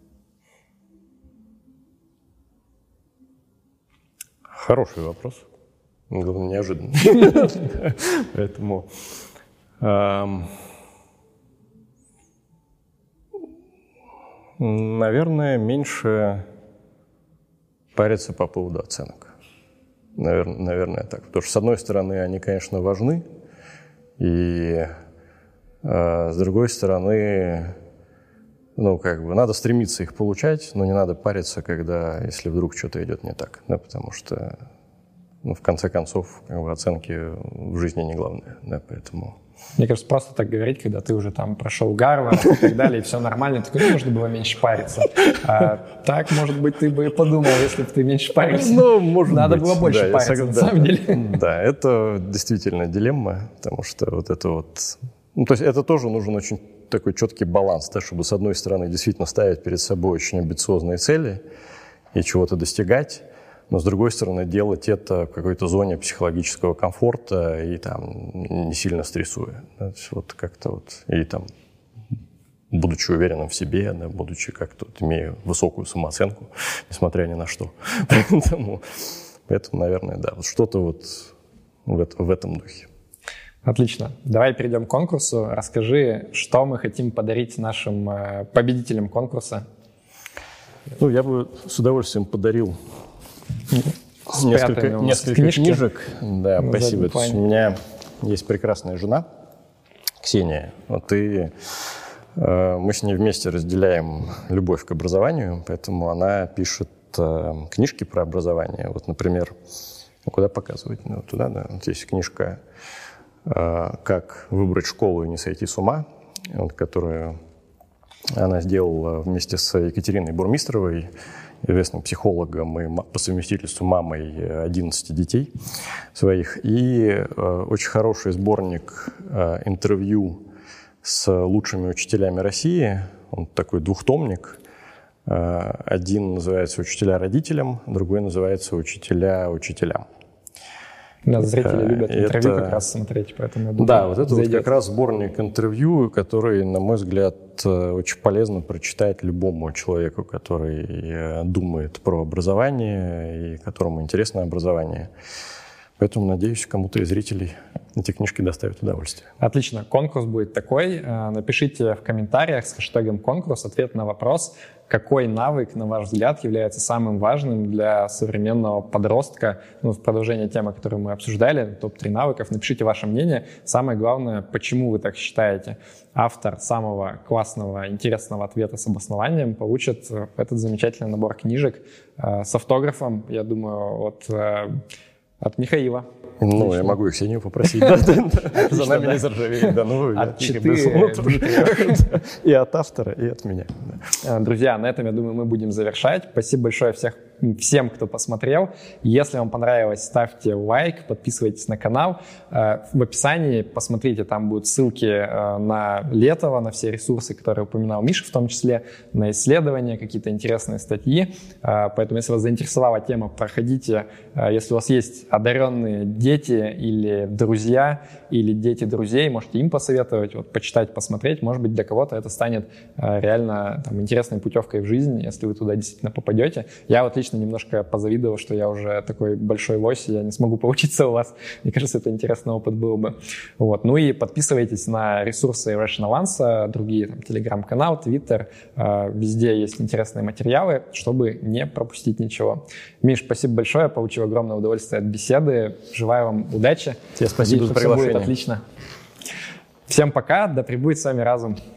Хороший вопрос. Неожиданно. Поэтому, наверное, меньше париться по поводу оценок. Наверное, так. Потому что, с одной стороны, они, конечно, важны, и А с другой стороны, ну, как бы, надо стремиться их получать, но не надо париться, когда, если вдруг что-то идет не так, да, потому что, ну, в конце концов, как бы, оценки в жизни не главное, да, поэтому... Мне кажется, просто так говорить, когда ты уже там прошел Гарвард и так далее, и все нормально, такой, ну, нужно было меньше париться. А так, может быть, ты бы подумал, если бы ты меньше парился. Ну, может Надо быть. было больше да, париться, сог... на да, самом деле. Да, это действительно дилемма, потому что вот это вот... Ну, то есть это тоже нужен очень такой четкий баланс, да, чтобы, с одной стороны, действительно ставить перед собой очень амбициозные цели и чего-то достигать, но, с другой стороны, делать это в какой-то зоне психологического комфорта и там не сильно стрессуя. Да, вот как-то вот, и там, будучи уверенным в себе, да, будучи как-то вот, имея высокую самооценку, несмотря ни на что. Поэтому, поэтому наверное, да, вот что-то вот в, это, в этом духе. Отлично. Давай перейдем к конкурсу. Расскажи, что мы хотим подарить нашим победителям конкурса. Ну, я бы с удовольствием подарил несколько, несколько книжек. Да, ну, спасибо. У меня есть прекрасная жена, Ксения. Вот, и э, мы с ней вместе разделяем любовь к образованию, поэтому она пишет э, книжки про образование. Вот, например, куда показывать? Ну, туда, да. Вот есть книжка «Как выбрать школу и не сойти с ума», вот, которую она сделала вместе с Екатериной Бурмистровой, известным психологом и по совместительству мамой одиннадцати детей своих. И э, очень хороший сборник э, интервью с лучшими учителями России. Он такой двухтомник. Э, один называется «Учителя родителям», другой называется «Учителя учителям». Да, зрители любят интервью это... как раз смотреть, поэтому я думаю, да, вот это зайдет. вот как раз сборник интервью, который, на мой взгляд, очень полезно прочитать любому человеку, который думает про образование и которому интересно образование. Поэтому, надеюсь, кому-то из зрителей эти книжки доставят удовольствие. Отлично. Конкурс будет такой. Напишите в комментариях с хэштегом «конкурс» ответ на вопрос, какой навык, на ваш взгляд, является самым важным для современного подростка. Ну, в продолжение темы, которую мы обсуждали, топ три навыков. Напишите ваше мнение. Самое главное, почему вы так считаете. Автор самого классного, интересного ответа с обоснованием получит этот замечательный набор книжек с автографом, я думаю, от... От Михаила. Ну, отлично. Я могу и Ксению попросить. За нами не заржавеет. Да, ну, от четыре. И от автора, и от меня. Друзья, на этом, я думаю, мы будем завершать. Спасибо большое всех, всем, кто посмотрел. Если вам понравилось, ставьте лайк, подписывайтесь на канал. В описании посмотрите, там будут ссылки на Летова, на все ресурсы, которые упоминал Миша, в том числе на исследования, какие-то интересные статьи. Поэтому, если вас заинтересовала тема, проходите. Если у вас есть одаренные дети или друзья, или дети друзей, можете им посоветовать, вот, почитать, посмотреть. Может быть, для кого-то это станет реально там, интересной путевкой в жизнь, если вы туда действительно попадете. Я вот лично немножко позавидовал, что я уже такой большой лось, я не смогу поучиться у вас. Мне кажется, это интересный опыт был бы. Вот. Ну и подписывайтесь на ресурсы Rational Answer, другие, там, Telegram-канал, Twitter. Везде есть интересные материалы, чтобы не пропустить ничего. Миш, спасибо большое, получил огромное удовольствие от беседы. Желаю вам удачи. Тебе спасибо за приглашение. Отлично. Всем пока, да пребудет с вами разум.